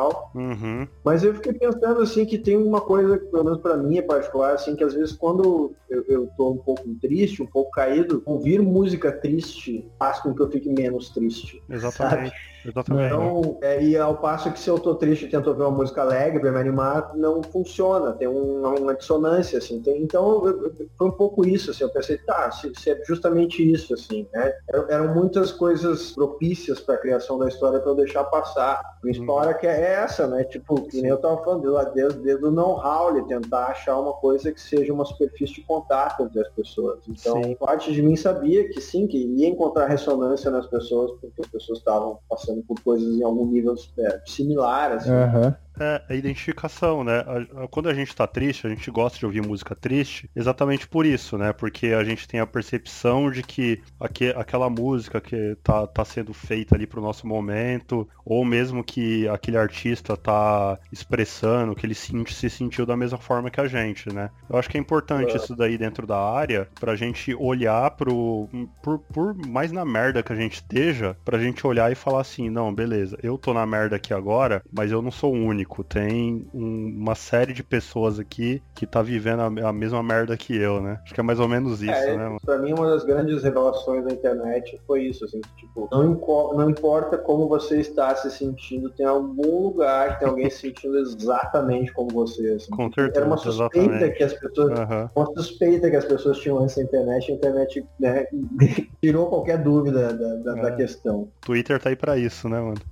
tal. Uhum. Mas eu fiquei pensando, assim, que tem uma coisa, pelo menos pra mim é particular, assim, que às vezes quando eu, eu tô um pouco triste, um pouco caído, ouvir música triste faz com que eu fique menos triste. Exatamente. Sabe? Exatamente. Então, é, e ao passo que se eu tô triste e tento ouvir uma música alegre pra me animar, não funciona, tem um, uma dissonância, assim. Tem, então, eu, eu, foi um pouco isso, assim, eu pensei, tá, se, se é justamente isso, assim, né? Eram, eram muitas coisas propícias pra criação da história pra eu deixar passar. A principal hora que é essa, né? Tipo, que nem eu tava falando, desde, desde o know-how, tentar achar uma coisa que seja uma superfície de contato entre as pessoas. Então, sim. Parte de mim sabia que sim, que ia encontrar ressonância nas pessoas, porque as pessoas estavam passando por coisas em algum nível é, similar, assim. Uhum. É, a identificação, né? A, a, quando a gente tá triste, a gente gosta de ouvir música triste exatamente por isso, né? Porque a gente tem a percepção de que aque, aquela música que tá, tá sendo feita ali pro nosso momento, ou mesmo que aquele artista tá expressando que ele se, se sentiu da mesma forma que a gente, né? Eu acho que é importante é. isso daí dentro da área, pra gente olhar pro... Por, por mais na merda que a gente esteja, pra gente olhar e falar assim, não, beleza, eu tô na merda aqui agora, mas eu não sou o único. Tem um, uma série de pessoas aqui que tá vivendo a, a mesma merda que eu, né? Acho que é mais ou menos isso, é, né? Pra mim, uma das grandes revelações da internet foi isso, assim, tipo, não, inco- não importa como você está se sentindo, tem algum lugar, tem alguém se sentindo exatamente como você, assim. Com certeza, Era uma suspeita exatamente. que as pessoas, uhum. uma suspeita que as pessoas tinham antes da internet, a internet, né, tirou qualquer dúvida da, da, é. da questão. Twitter tá aí pra isso, né, mano?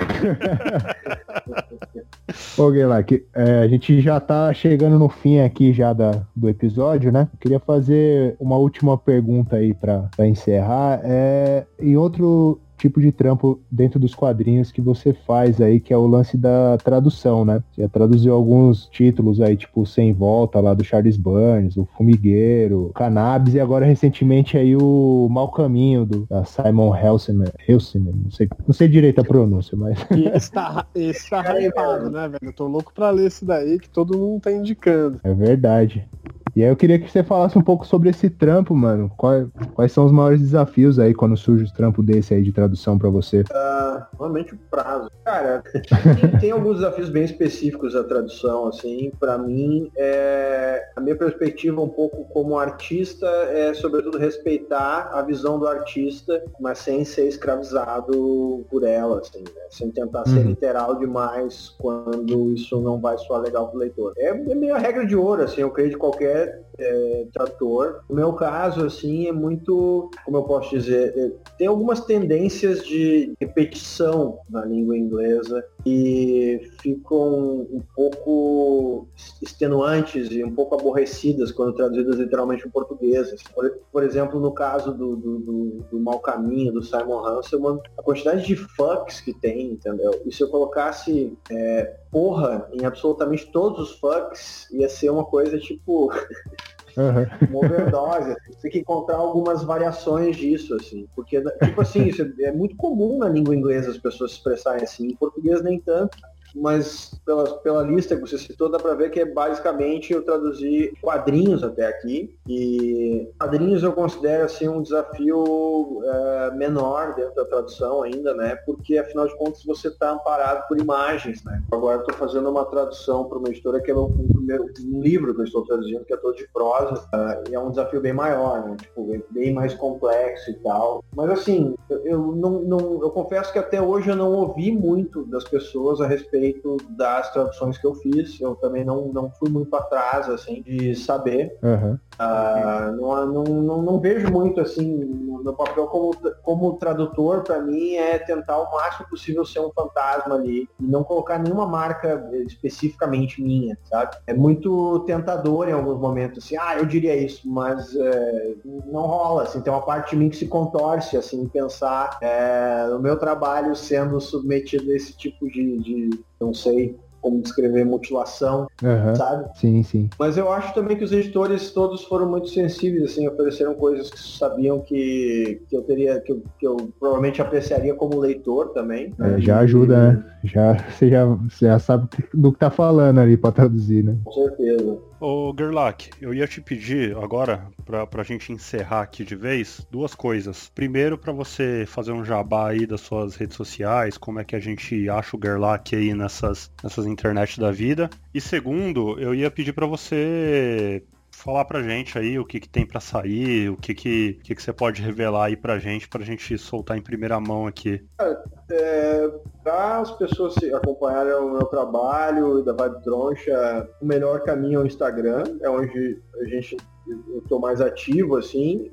Ô, Guilherme, é, a gente já tá chegando no fim aqui já da, do episódio, né? Eu queria fazer uma última pergunta aí pra, pra encerrar. É, em outro tipo de trampo dentro dos quadrinhos que você faz aí, que é o lance da tradução, né? Você já traduziu alguns títulos aí, tipo Sem Volta, lá do Charles Burns, o Formigueiro, Cannabis, e agora recentemente aí o Mau Caminho, do, da Simon Helseman, Helseman, não sei, não sei direito a pronúncia, mas... E esse tá, esse tá hypado, né, velho? Eu tô louco pra ler esse daí, que todo mundo tá indicando. É verdade. E aí eu queria que você falasse um pouco sobre esse trampo, mano. Quais, quais são os maiores desafios aí quando surge um trampo desse aí de tradução pra você? Uh, normalmente o prazo. Cara, tem, tem alguns desafios bem específicos da tradução, assim. Pra mim, é, a minha perspectiva um pouco como artista é, sobretudo, respeitar a visão do artista, mas sem ser escravizado por ela, assim, né? Sem tentar uhum. ser literal demais quando isso não vai soar legal pro leitor. É, é meio a regra de ouro, assim, eu creio de qualquer É, tradutor. No meu caso, assim, é muito, como eu posso dizer, é, tem algumas tendências de repetição na língua inglesa e ficam um pouco extenuantes e um pouco aborrecidas quando traduzidas literalmente em português. Por, por exemplo, no caso do, do, do, do Mau Caminho, do Simon Hanselman, a quantidade de fucks que tem, entendeu? E se eu colocasse é, porra em absolutamente todos os fucks, ia ser uma coisa tipo... Uhum. Uma overdose, você tem que encontrar algumas variações disso, assim, porque, tipo assim, isso é muito comum na língua inglesa as pessoas se expressarem assim, em português nem tanto, mas pela, pela lista que você citou, dá pra ver que é basicamente eu traduzir quadrinhos até aqui, e quadrinhos eu considero, assim, um desafio é, menor dentro da tradução ainda, né, porque afinal de contas você tá amparado por imagens, né. Agora eu tô fazendo uma tradução para uma editora que é o primeiro um livro que eu estou traduzindo, que é todo de prosa, uh, e é um desafio bem maior, né, tipo, bem mais complexo e tal, mas assim, eu, eu não, não, eu confesso que até hoje eu não ouvi muito das pessoas a respeito das traduções que eu fiz. Eu também não, não fui muito atrás, assim, de saber. Uhum. Uh, não, não, não, não vejo muito, assim, no meu papel como, como tradutor, para mim, é tentar o máximo possível ser um fantasma ali e não colocar nenhuma marca especificamente minha, sabe? É muito tentador em alguns momentos, assim, ah, eu diria isso, mas é, não rola, assim, tem uma parte de mim que se contorce, assim, pensar é, no meu trabalho sendo submetido a esse tipo de, de não sei como descrever mutilação, uhum. sabe? Sim, sim. Mas eu acho também que os editores todos foram muito sensíveis, assim, ofereceram coisas que sabiam que, que eu teria, que eu, que eu provavelmente apreciaria como leitor também. É, já ajuda, né? Já, você já, você já sabe do que tá falando ali pra traduzir, né? Com certeza. Ô Gerlach, eu ia te pedir agora, pra, pra gente encerrar aqui de vez, duas coisas. Primeiro, pra você fazer um jabá aí das suas redes sociais, como é que a gente acha o Gerlach aí nessas, nessas internet da vida. E segundo, eu ia pedir pra você falar pra gente aí o que, que tem pra sair, o que, que, que, que você pode revelar aí pra gente, pra gente soltar em primeira mão aqui. É, para as pessoas acompanharem o meu trabalho da Vibe Troncha, o melhor caminho é o Instagram, é onde a gente eu estou mais ativo, assim,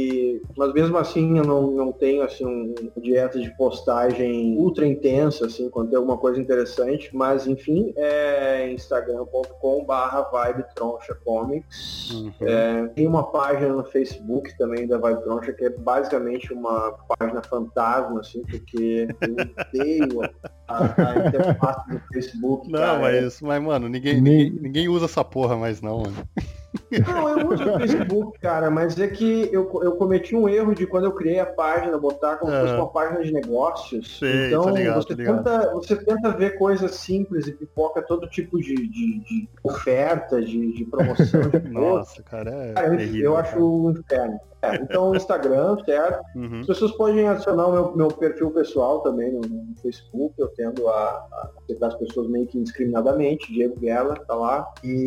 e mas mesmo assim eu não, não tenho assim um, uma dieta de postagem ultra intensa, assim, quando tem alguma coisa interessante, mas enfim, é instagram ponto com barra Vibe Troncha Comics. Uhum. É, tem uma página no Facebook também da Vibe Troncha, que é basicamente uma página fantasma, assim, porque eu odeio a, a interface do Facebook. Não, cara. mas, mas, mano, ninguém, ninguém, ninguém usa essa porra mais não, mano. Não, eu uso o Facebook, cara, mas é que eu, eu cometi um erro de quando eu criei a página, botar como se fosse uma página de negócios. Sei, então, tô ligado, você, tô ligado. tenta, você tenta ver coisas simples e pipoca todo tipo de, de, de oferta, de, de promoção. De Nossa, cara, é cara, terrível, eu cara. acho um inferno. É, então, o Instagram, certo? Uhum. As pessoas podem adicionar o meu, meu perfil pessoal também no, no Facebook, eu tendo a, a aceitar as pessoas meio que indiscriminadamente, Diego Guerra, tá lá.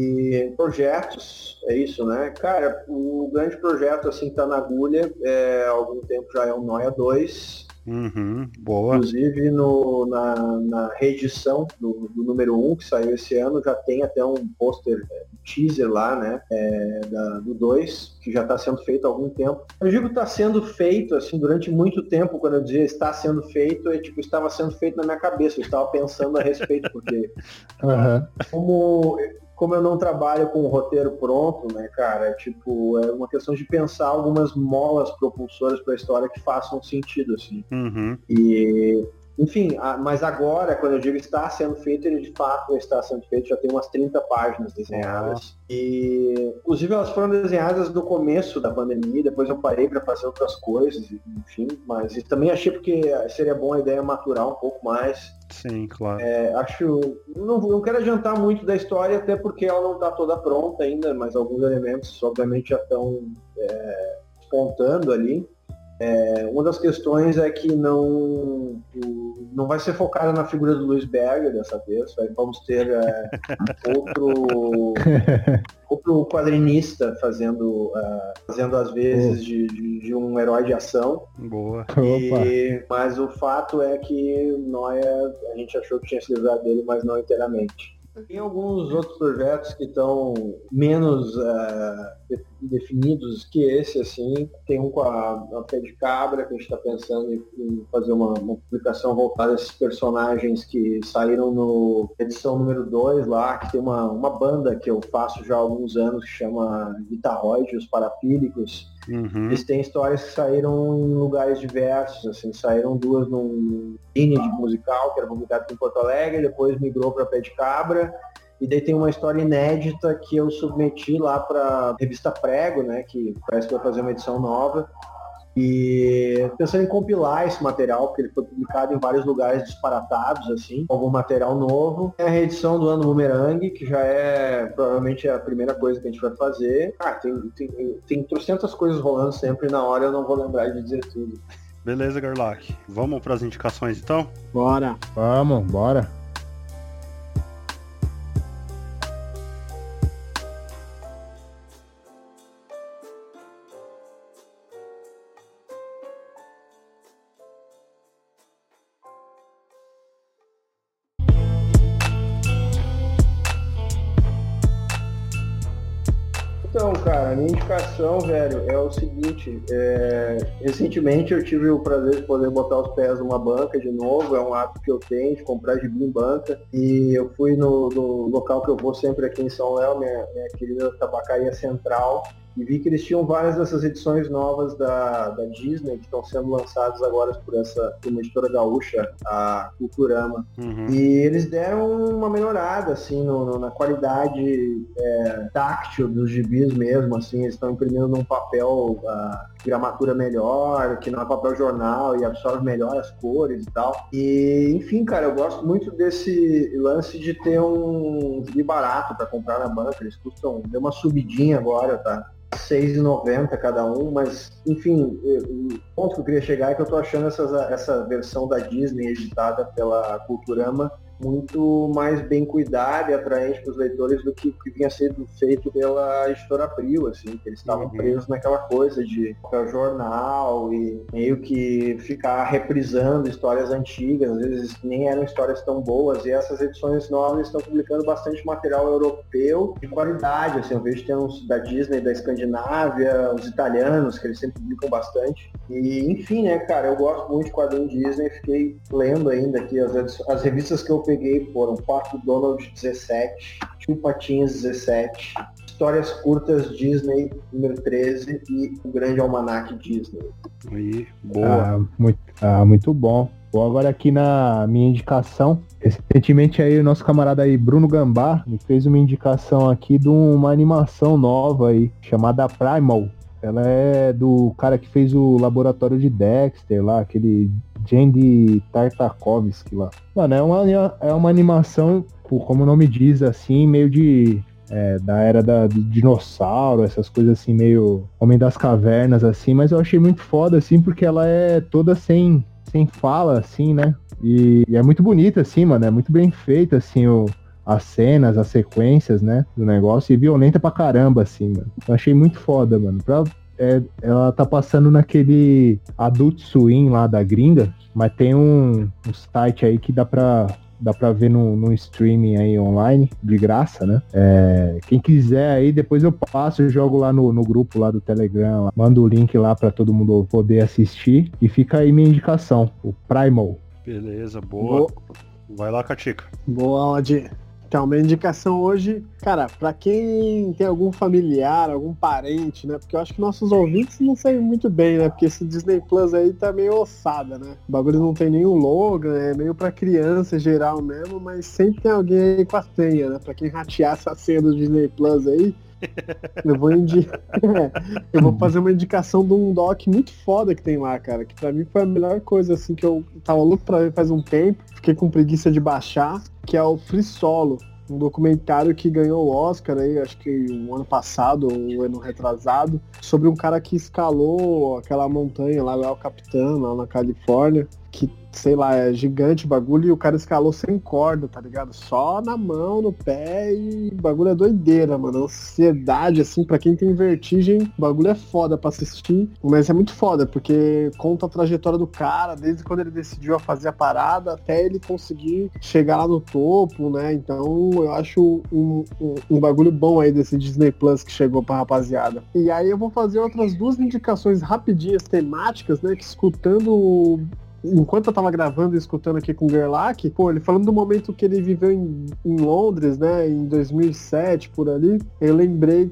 E projetos, é isso, né? Cara, o grande projeto, assim, que tá na agulha, é, há algum tempo já é o Noia dois. Uhum, boa. Inclusive no, na, na reedição do, do número um, que saiu esse ano, já tem até um pôster, é, teaser lá, né, é, da, do dois, que já está sendo feito há algum tempo. Eu digo que está sendo feito, assim, durante muito tempo, quando eu dizia está sendo feito, é tipo, estava sendo feito na minha cabeça, eu estava pensando a respeito, porque Uhum. como... Como eu não trabalho com o roteiro pronto, né, cara, é, tipo, é uma questão de pensar algumas molas propulsoras para a história que façam sentido, assim. Uhum. E, enfim, a, mas agora, quando eu digo está sendo feito, ele de fato está sendo feito, já tem umas trinta páginas desenhadas. Ah. E, inclusive, elas foram desenhadas no começo da pandemia, depois eu parei para fazer outras coisas, enfim, mas e também achei porque seria bom a ideia maturar um pouco mais. Sim, claro. É, acho, não, não quero adiantar muito da história, até porque ela não está toda pronta ainda, mas alguns elementos, obviamente, já estão é, despontando ali. É, uma das questões é que não, não vai ser focada na figura do Luiz Berger dessa vez, vamos ter é, outro, outro quadrinista fazendo, uh, fazendo às vezes de, de, de um herói de ação. Boa. E, mas o fato é que Noia, a gente achou que tinha se livrado dele, mas não inteiramente. Tem alguns outros projetos que estão menos uh, definidos que esse, assim. Tem um com a, a Pé de Cabra, que a gente está pensando em, em fazer uma, uma publicação voltada a esses personagens que saíram no edição número dois lá, que tem uma, uma banda que eu faço já há alguns anos, que chama Guitarroide, os Parafílicos. Uhum. Eles têm histórias que saíram em lugares diversos, assim, saíram duas num cine de musical, que era publicado aqui em Porto Alegre, depois migrou para Pé de Cabra, e daí tem uma história inédita que eu submeti lá para a revista Prego, né, que parece que vai fazer uma edição nova, e pensando em compilar esse material, porque ele foi publicado em vários lugares disparatados, assim, algum material novo. É a reedição do Ano Boomerang, que já é provavelmente a primeira coisa que a gente vai fazer. Ah, tem, tem, tem trocentas coisas rolando sempre, na hora eu não vou lembrar de dizer tudo. Beleza, Gerlach. Vamos para as indicações então? Bora. Vamos, bora. Então, cara, a minha indicação, velho, é o seguinte, é... recentemente eu tive o prazer de poder botar os pés numa banca de novo, é um hábito que eu tenho de comprar gibi em banca, e eu fui no, no local que eu vou sempre aqui em São Léo, minha, minha querida Tabacaria Central, e vi que eles tinham várias dessas edições novas da, da Disney que estão sendo lançadas agora por essa por uma editora gaúcha, a Culturama. Uhum. E eles deram uma melhorada assim, no, no, na qualidade é, táctil dos gibis mesmo, assim, eles estão imprimindo num papel a gramatura melhor, que não é papel jornal e absorve melhor as cores e tal. E, enfim, cara, eu gosto muito desse lance de ter um gibi barato para comprar na banca. Eles custam, deu uma subidinha agora, tá? seis reais e noventa centavos cada um, mas, enfim, o ponto que eu queria chegar é que eu tô achando essas, essa versão da Disney editada pela Culturama muito mais bem cuidada e atraente para os leitores do que o que vinha sendo feito pela editora Abril, assim, que eles estavam uhum. presos naquela coisa de papel jornal e meio que ficar reprisando histórias antigas, às vezes nem eram histórias tão boas, e essas edições novas estão publicando bastante material europeu de qualidade, assim, eu vejo que tem uns da Disney, da Escandinávia, os italianos, que eles sempre publicam bastante, e enfim, né, cara, eu gosto muito de quadrinho Disney, fiquei lendo ainda aqui as, as revistas que eu peguei foram Pato Donald dezessete, Tio Patinhas dezessete, Histórias Curtas Disney número treze e O Grande Almanac Disney. Aí, boa. Ah, muito, ah, muito bom. Bom, agora aqui na minha indicação, recentemente aí o nosso camarada aí, Bruno Gambá, me fez uma indicação aqui de uma animação nova aí, chamada Primal. Ela é do cara que fez o Laboratório de Dexter lá, aquele Jandy Tartakovsky lá. Mano, é uma, é uma animação, como o nome diz, assim, meio de... É, da era da, do dinossauro, essas coisas assim, meio Homem das Cavernas, assim, mas eu achei muito foda, assim, porque ela é toda sem, sem fala, assim, né? E, e é muito bonita, assim, mano, é muito bem feita, assim, o... as cenas, as sequências, né, do negócio, e violenta pra caramba, assim, mano. Eu achei muito foda, mano. Pra, é, ela tá passando naquele Adult Swim lá da gringa, mas tem um, um site aí que dá pra, dá pra ver no, no streaming aí online, de graça, né. É, quem quiser aí, depois eu passo, eu jogo lá no, no grupo lá do Telegram, lá, mando o link lá pra todo mundo poder assistir, e fica aí minha indicação, o Primal. Beleza, boa. boa. Vai lá, Catica. Boa, Adi. Então, minha indicação hoje, cara, pra quem tem algum familiar, algum parente, né? Porque eu acho que nossos ouvintes não sei muito bem, né? Porque esse Disney Plus aí tá meio ossada, né? O bagulho não tem nenhum logo, né? É meio pra criança geral mesmo, mas sempre tem alguém aí com a senha, né? Pra quem ratear essa senha do Disney Plus aí, eu vou indi... eu vou fazer uma indicação de um doc muito foda que tem lá, cara, que pra mim foi a melhor coisa, assim, que eu tava louco pra ver faz um tempo, fiquei com preguiça de baixar, que é o Free Solo, um documentário que ganhou o Oscar aí, acho que um ano passado ou um ano retrasado, sobre um cara que escalou aquela montanha lá, El Capitan, lá na Califórnia, que, sei lá, é gigante o bagulho, e o cara escalou sem corda, tá ligado? Só na mão, no pé, e o bagulho é doideira, mano. Ansiedade, assim, pra quem tem vertigem, o bagulho é foda pra assistir, mas é muito foda, porque conta a trajetória do cara, desde quando ele decidiu a fazer a parada, até ele conseguir chegar lá no topo, né? Então, eu acho um, um, um bagulho bom aí desse Disney Plus que chegou pra rapaziada. E aí eu vou fazer outras duas indicações rapidinhas, temáticas, né? Que escutando... Enquanto eu tava gravando e escutando aqui com o Gerlach, pô, ele falando do momento que ele viveu em, em Londres, né, em dois mil e sete, por ali, eu lembrei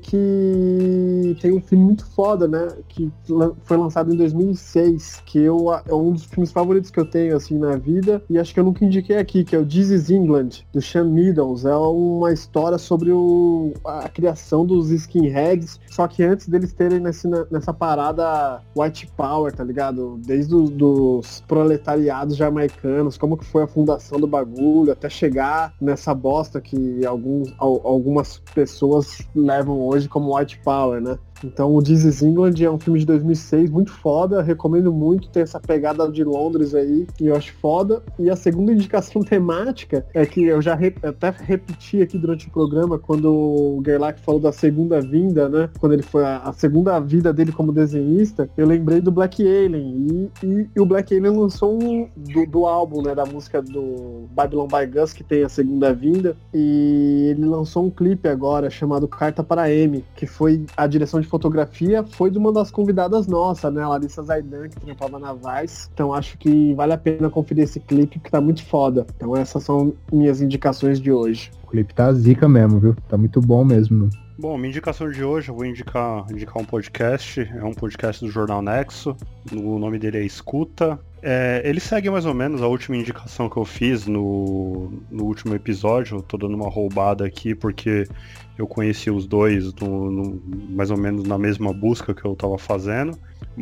que tem um filme muito foda, né, que foi lançado em dois mil e seis, que eu, é um dos filmes favoritos que eu tenho, assim, na vida, e acho que eu nunca indiquei aqui, que é o This is England, do Sean Meadows. É uma história sobre o, a criação dos skinheads, só que antes deles terem nesse, nessa parada white power, tá ligado? Desde os dos proletariados jamaicanos, como que foi a fundação do bagulho, até chegar nessa bosta que alguns, algumas pessoas levam hoje como white power, né? Então o This is England é um filme de dois mil e seis, muito foda, recomendo muito, ter essa pegada de Londres aí, e eu acho foda. E a segunda indicação temática é que eu já rep- até repeti aqui durante o programa, quando o Gerlach falou da segunda vinda, né, quando ele foi a, a segunda vida dele como desenhista, eu lembrei do Black Alien, e, e, e o Black Alien lançou um do, do álbum, né, da música do Babylon by Gus, que tem a segunda vinda, e ele lançou um clipe agora chamado Carta para M, que foi a direção de fotografia foi de uma das convidadas nossas, né, a Larissa Zaidan, que trampava na Vice. Então acho que vale a pena conferir esse clipe, que tá muito foda. Então essas são minhas indicações de hoje. O clipe tá zica mesmo, viu? Tá muito bom mesmo. Bom, minha indicação de hoje, eu vou indicar, indicar um podcast, é um podcast do Jornal Nexo, o nome dele é Escuta. É, ele segue mais ou menos a última indicação que eu fiz no, no último episódio, eu tô dando uma roubada aqui porque eu conheci os dois no, no, mais ou menos na mesma busca que eu tava fazendo,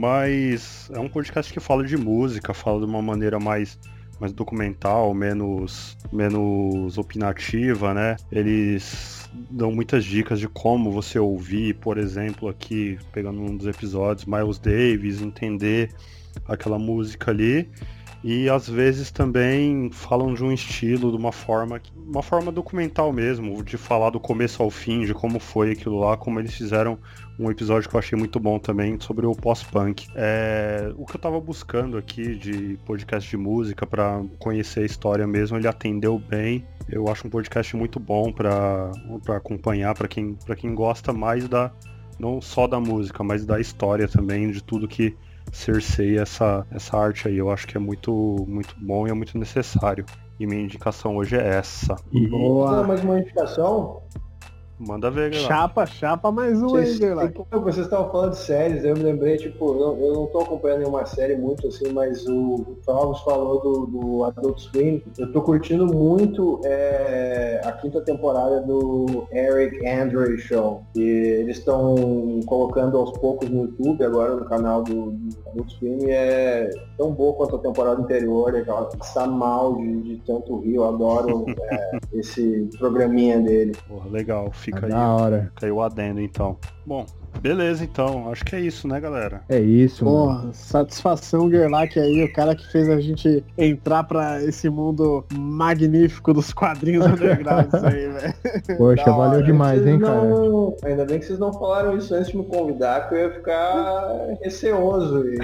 mas é um podcast que fala de música, fala de uma maneira mais... mais documental, menos, menos opinativa, né? Eles dão muitas dicas de como você ouvir, por exemplo, aqui, pegando um dos episódios, Miles Davis, entender aquela música ali. E às vezes também falam de um estilo, de uma forma, uma forma documental mesmo, de falar do começo ao fim, de como foi aquilo lá, como eles fizeram um episódio que eu achei muito bom também sobre o pós-punk. É, o que eu tava buscando aqui de podcast de música para conhecer a história mesmo, ele atendeu bem. Eu acho um podcast muito bom para para acompanhar, para quem, para quem gosta mais da, não só da música, mas da história também, de tudo que cerceia essa, essa arte aí. Eu acho que é muito, muito bom e é muito necessário. E minha indicação hoje é essa. E... Boa! Mais uma indicação? Manda ver, galera. Chapa, chapa mais um Vocês, aí, galera. vocês estavam falando de séries, eu me lembrei, tipo, eu, eu não tô acompanhando nenhuma série muito assim, mas o, o Travis falou do, do Adult Swim. Eu tô curtindo muito é, a quinta temporada do Eric Andre Show. E eles estão colocando aos poucos no YouTube, agora no canal do, do Adult Swim, e é tão boa quanto a temporada anterior, é aquela está mal de, de tanto rir, eu adoro é, esse programinha dele. Porra, legal. Fica aí, da hora. Fica aí o adendo, então. Bom, beleza, então. Acho que é isso, né, galera? É isso, Porra, mano. satisfação, Gerlach aí, o cara que fez a gente entrar pra esse mundo magnífico dos quadrinhos undergrounds aí, velho. Poxa, Da valeu hora. demais, hein, cara? Não... Ainda bem que vocês não falaram isso antes de me convidar, que eu ia ficar receoso. E...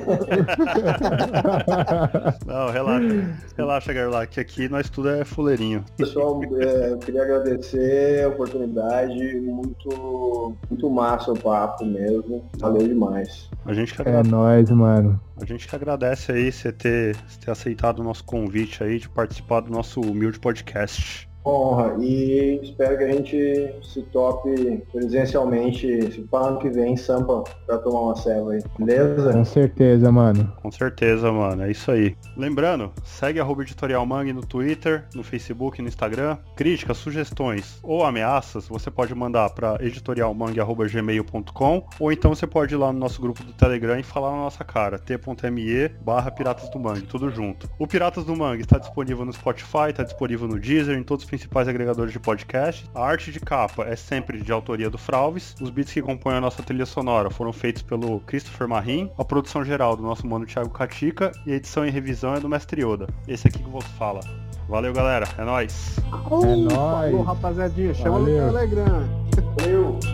Não, relaxa. Relaxa, Gerlach, que aqui nós tudo é fuleirinho. Pessoal, é, eu queria agradecer a oportunidade, muito, muito massa o papo mesmo, valeu demais. A gente que É agradece, nóis, mano. a gente que agradece aí você ter, você ter aceitado o nosso convite aí de participar do nosso humilde podcast. Honra, e espero que a gente se tope presencialmente, se para ano que vem em Sampa, pra tomar uma ceva aí, beleza? Com certeza, mano. Com certeza, mano. É isso aí. Lembrando, segue arroba Editorial Mangue no Twitter, no Facebook e no Instagram. Críticas, sugestões ou ameaças, você pode mandar para editorialmangue arroba gmail ponto com ou então você pode ir lá no nosso grupo do Telegram e falar na nossa cara, t.me barra Piratas do Mangue, tudo junto. O Piratas do Mangue está disponível no Spotify, está disponível no Deezer, em todos os principais agregadores de podcast. A arte de capa é sempre de autoria do Fralves. Os beats que compõem a nossa trilha sonora foram feitos pelo Christopher Marim. A produção geral do nosso mano Thiago Catica e a edição e revisão é do Mestre Yoda. Esse aqui que você fala. Valeu, galera. É nóis. Oh, É nóis. Falou, rapaziadinha. Chama Valeu. no Telegram. Valeu!